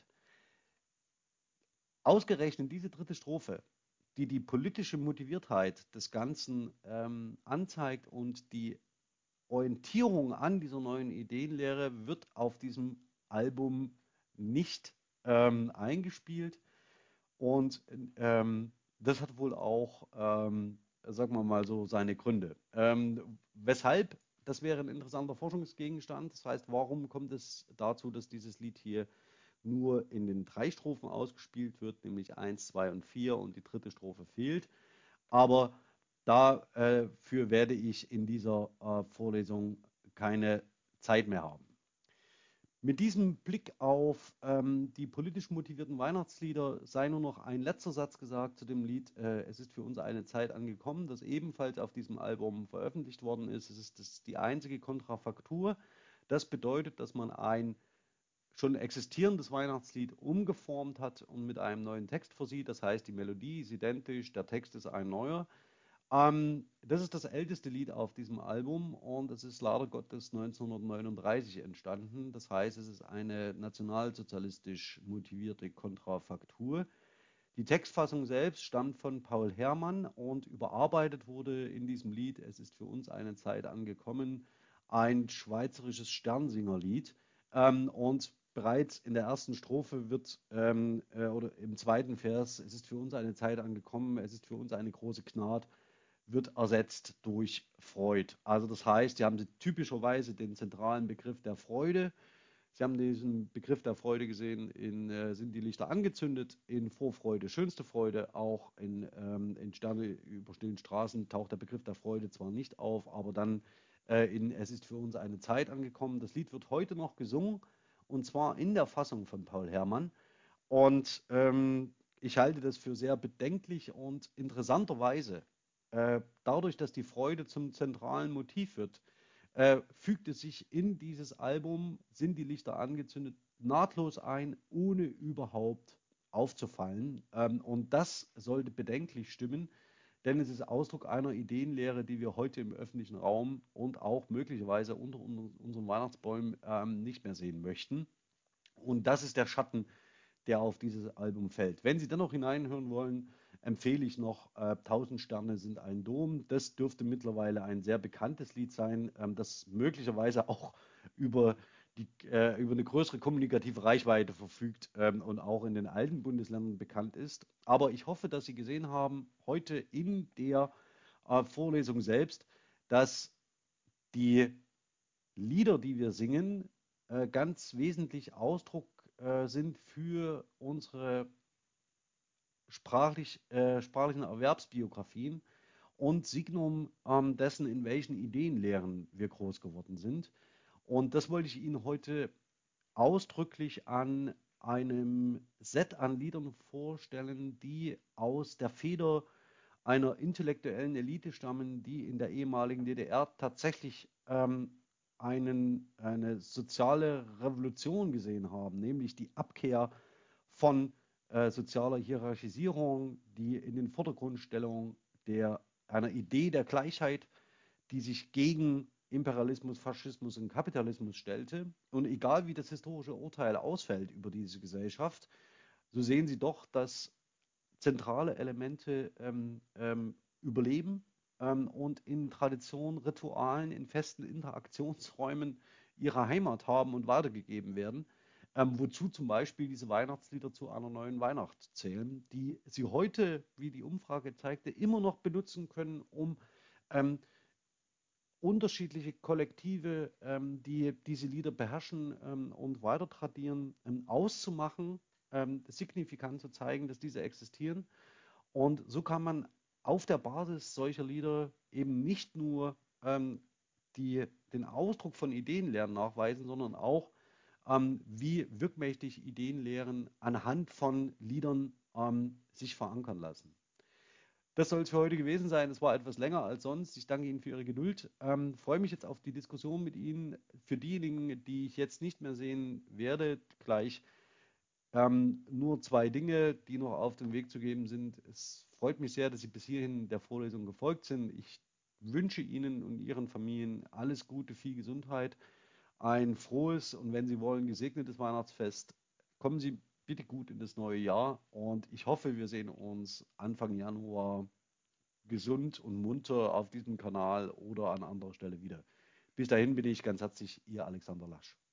Ausgerechnet diese dritte Strophe, die die politische Motiviertheit des Ganzen anzeigt und die Orientierung an dieser neuen Ideenlehre, wird auf diesem Album nicht eingespielt. Und das hat wohl auch, sagen wir mal so, seine Gründe. Weshalb? Das wäre ein interessanter Forschungsgegenstand. Das heißt, warum kommt es dazu, dass dieses Lied hier nur in den 3 Strophen ausgespielt wird, nämlich 1, 2 und 4 und die dritte Strophe fehlt? Aber dafür werde ich in dieser Vorlesung keine Zeit mehr haben. Mit diesem Blick auf die politisch motivierten Weihnachtslieder sei nur noch ein letzter Satz gesagt zu dem Lied. Es ist für uns eine Zeit angekommen, das ebenfalls auf diesem Album veröffentlicht worden ist. Es ist die einzige Kontrafaktur. Das bedeutet, dass man ein schon existierendes Weihnachtslied umgeformt hat und mit einem neuen Text versieht. Das heißt, die Melodie ist identisch, der Text ist ein neuer. Das ist das älteste Lied auf diesem Album und es ist leider Gottes 1939 entstanden. Das heißt, es ist eine nationalsozialistisch motivierte Kontrafaktur. Die Textfassung selbst stammt von Paul Herrmann und überarbeitet wurde in diesem Lied Es ist für uns eine Zeit angekommen, ein schweizerisches Sternsingerlied. Und bereits in der ersten Strophe wird, oder im zweiten Vers, es ist für uns eine Zeit angekommen, es ist für uns eine große Gnade, wird ersetzt durch Freud. Also das heißt, hier haben Sie typischerweise den zentralen Begriff der Freude. Sie haben diesen Begriff der Freude gesehen in Sind die Lichter angezündet, in Vorfreude, schönste Freude, auch in Sterne über stillen Straßen taucht der Begriff der Freude zwar nicht auf, aber dann in Es ist für uns eine Zeit angekommen. Das Lied wird heute noch gesungen und zwar in der Fassung von Paul Herrmann. Und ich halte das für sehr bedenklich und interessanterweise, dadurch, dass die Freude zum zentralen Motiv wird, fügt es sich in dieses Album Sind die Lichter angezündet nahtlos ein, ohne überhaupt aufzufallen. Und das sollte bedenklich stimmen, denn es ist Ausdruck einer Ideenlehre, die wir heute im öffentlichen Raum und auch möglicherweise unter unseren Weihnachtsbäumen nicht mehr sehen möchten. Und das ist der Schatten, der auf dieses Album fällt. Wenn Sie dennoch hineinhören wollen, empfehle ich noch 1000 Sterne sind ein Dom. Das dürfte mittlerweile ein sehr bekanntes Lied sein, das möglicherweise auch über, über eine größere kommunikative Reichweite verfügt und auch in den alten Bundesländern bekannt ist. Aber ich hoffe, dass Sie gesehen haben, heute in der Vorlesung selbst, dass die Lieder, die wir singen, ganz wesentlich Ausdruck sind für unsere sprachlichen Erwerbsbiografien und Signum dessen, in welchen Ideenlehren wir groß geworden sind. Und das wollte ich Ihnen heute ausdrücklich an einem Set an Liedern vorstellen, die aus der Feder einer intellektuellen Elite stammen, die in der ehemaligen DDR tatsächlich eine soziale Revolution gesehen haben, nämlich die Abkehr von sozialer Hierarchisierung, die in den Vordergrundstellung einer Idee der Gleichheit, die sich gegen Imperialismus, Faschismus und Kapitalismus stellte. Und egal wie das historische Urteil ausfällt über diese Gesellschaft, so sehen Sie doch, dass zentrale Elemente überleben und in Traditionen, Ritualen, in festen Interaktionsräumen ihre Heimat haben und weitergegeben werden. Wozu zum Beispiel diese Weihnachtslieder zu einer neuen Weihnacht zählen, die Sie heute, wie die Umfrage zeigte, immer noch benutzen können, um ähm, unterschiedliche Kollektive, die diese Lieder beherrschen und weiter tradieren, auszumachen, signifikant zu zeigen, dass diese existieren. Und so kann man auf der Basis solcher Lieder eben nicht nur den Ausdruck von Ideenlehren nachweisen, sondern auch, wie wirkmächtig Ideenlehren anhand von Liedern sich verankern lassen. Das soll es für heute gewesen sein. Es war etwas länger als sonst. Ich danke Ihnen für Ihre Geduld. Freue mich jetzt auf die Diskussion mit Ihnen. Für diejenigen, die ich jetzt nicht mehr sehen werde, gleich nur zwei Dinge, die noch auf den Weg zu geben sind. Es freut mich sehr, dass Sie bis hierhin der Vorlesung gefolgt sind. Ich wünsche Ihnen und Ihren Familien alles Gute, viel Gesundheit, ein frohes und wenn Sie wollen, gesegnetes Weihnachtsfest. Kommen Sie bitte gut in das neue Jahr und ich hoffe, wir sehen uns Anfang Januar gesund und munter auf diesem Kanal oder an anderer Stelle wieder. Bis dahin bin ich ganz herzlich Ihr Alexander Lasch.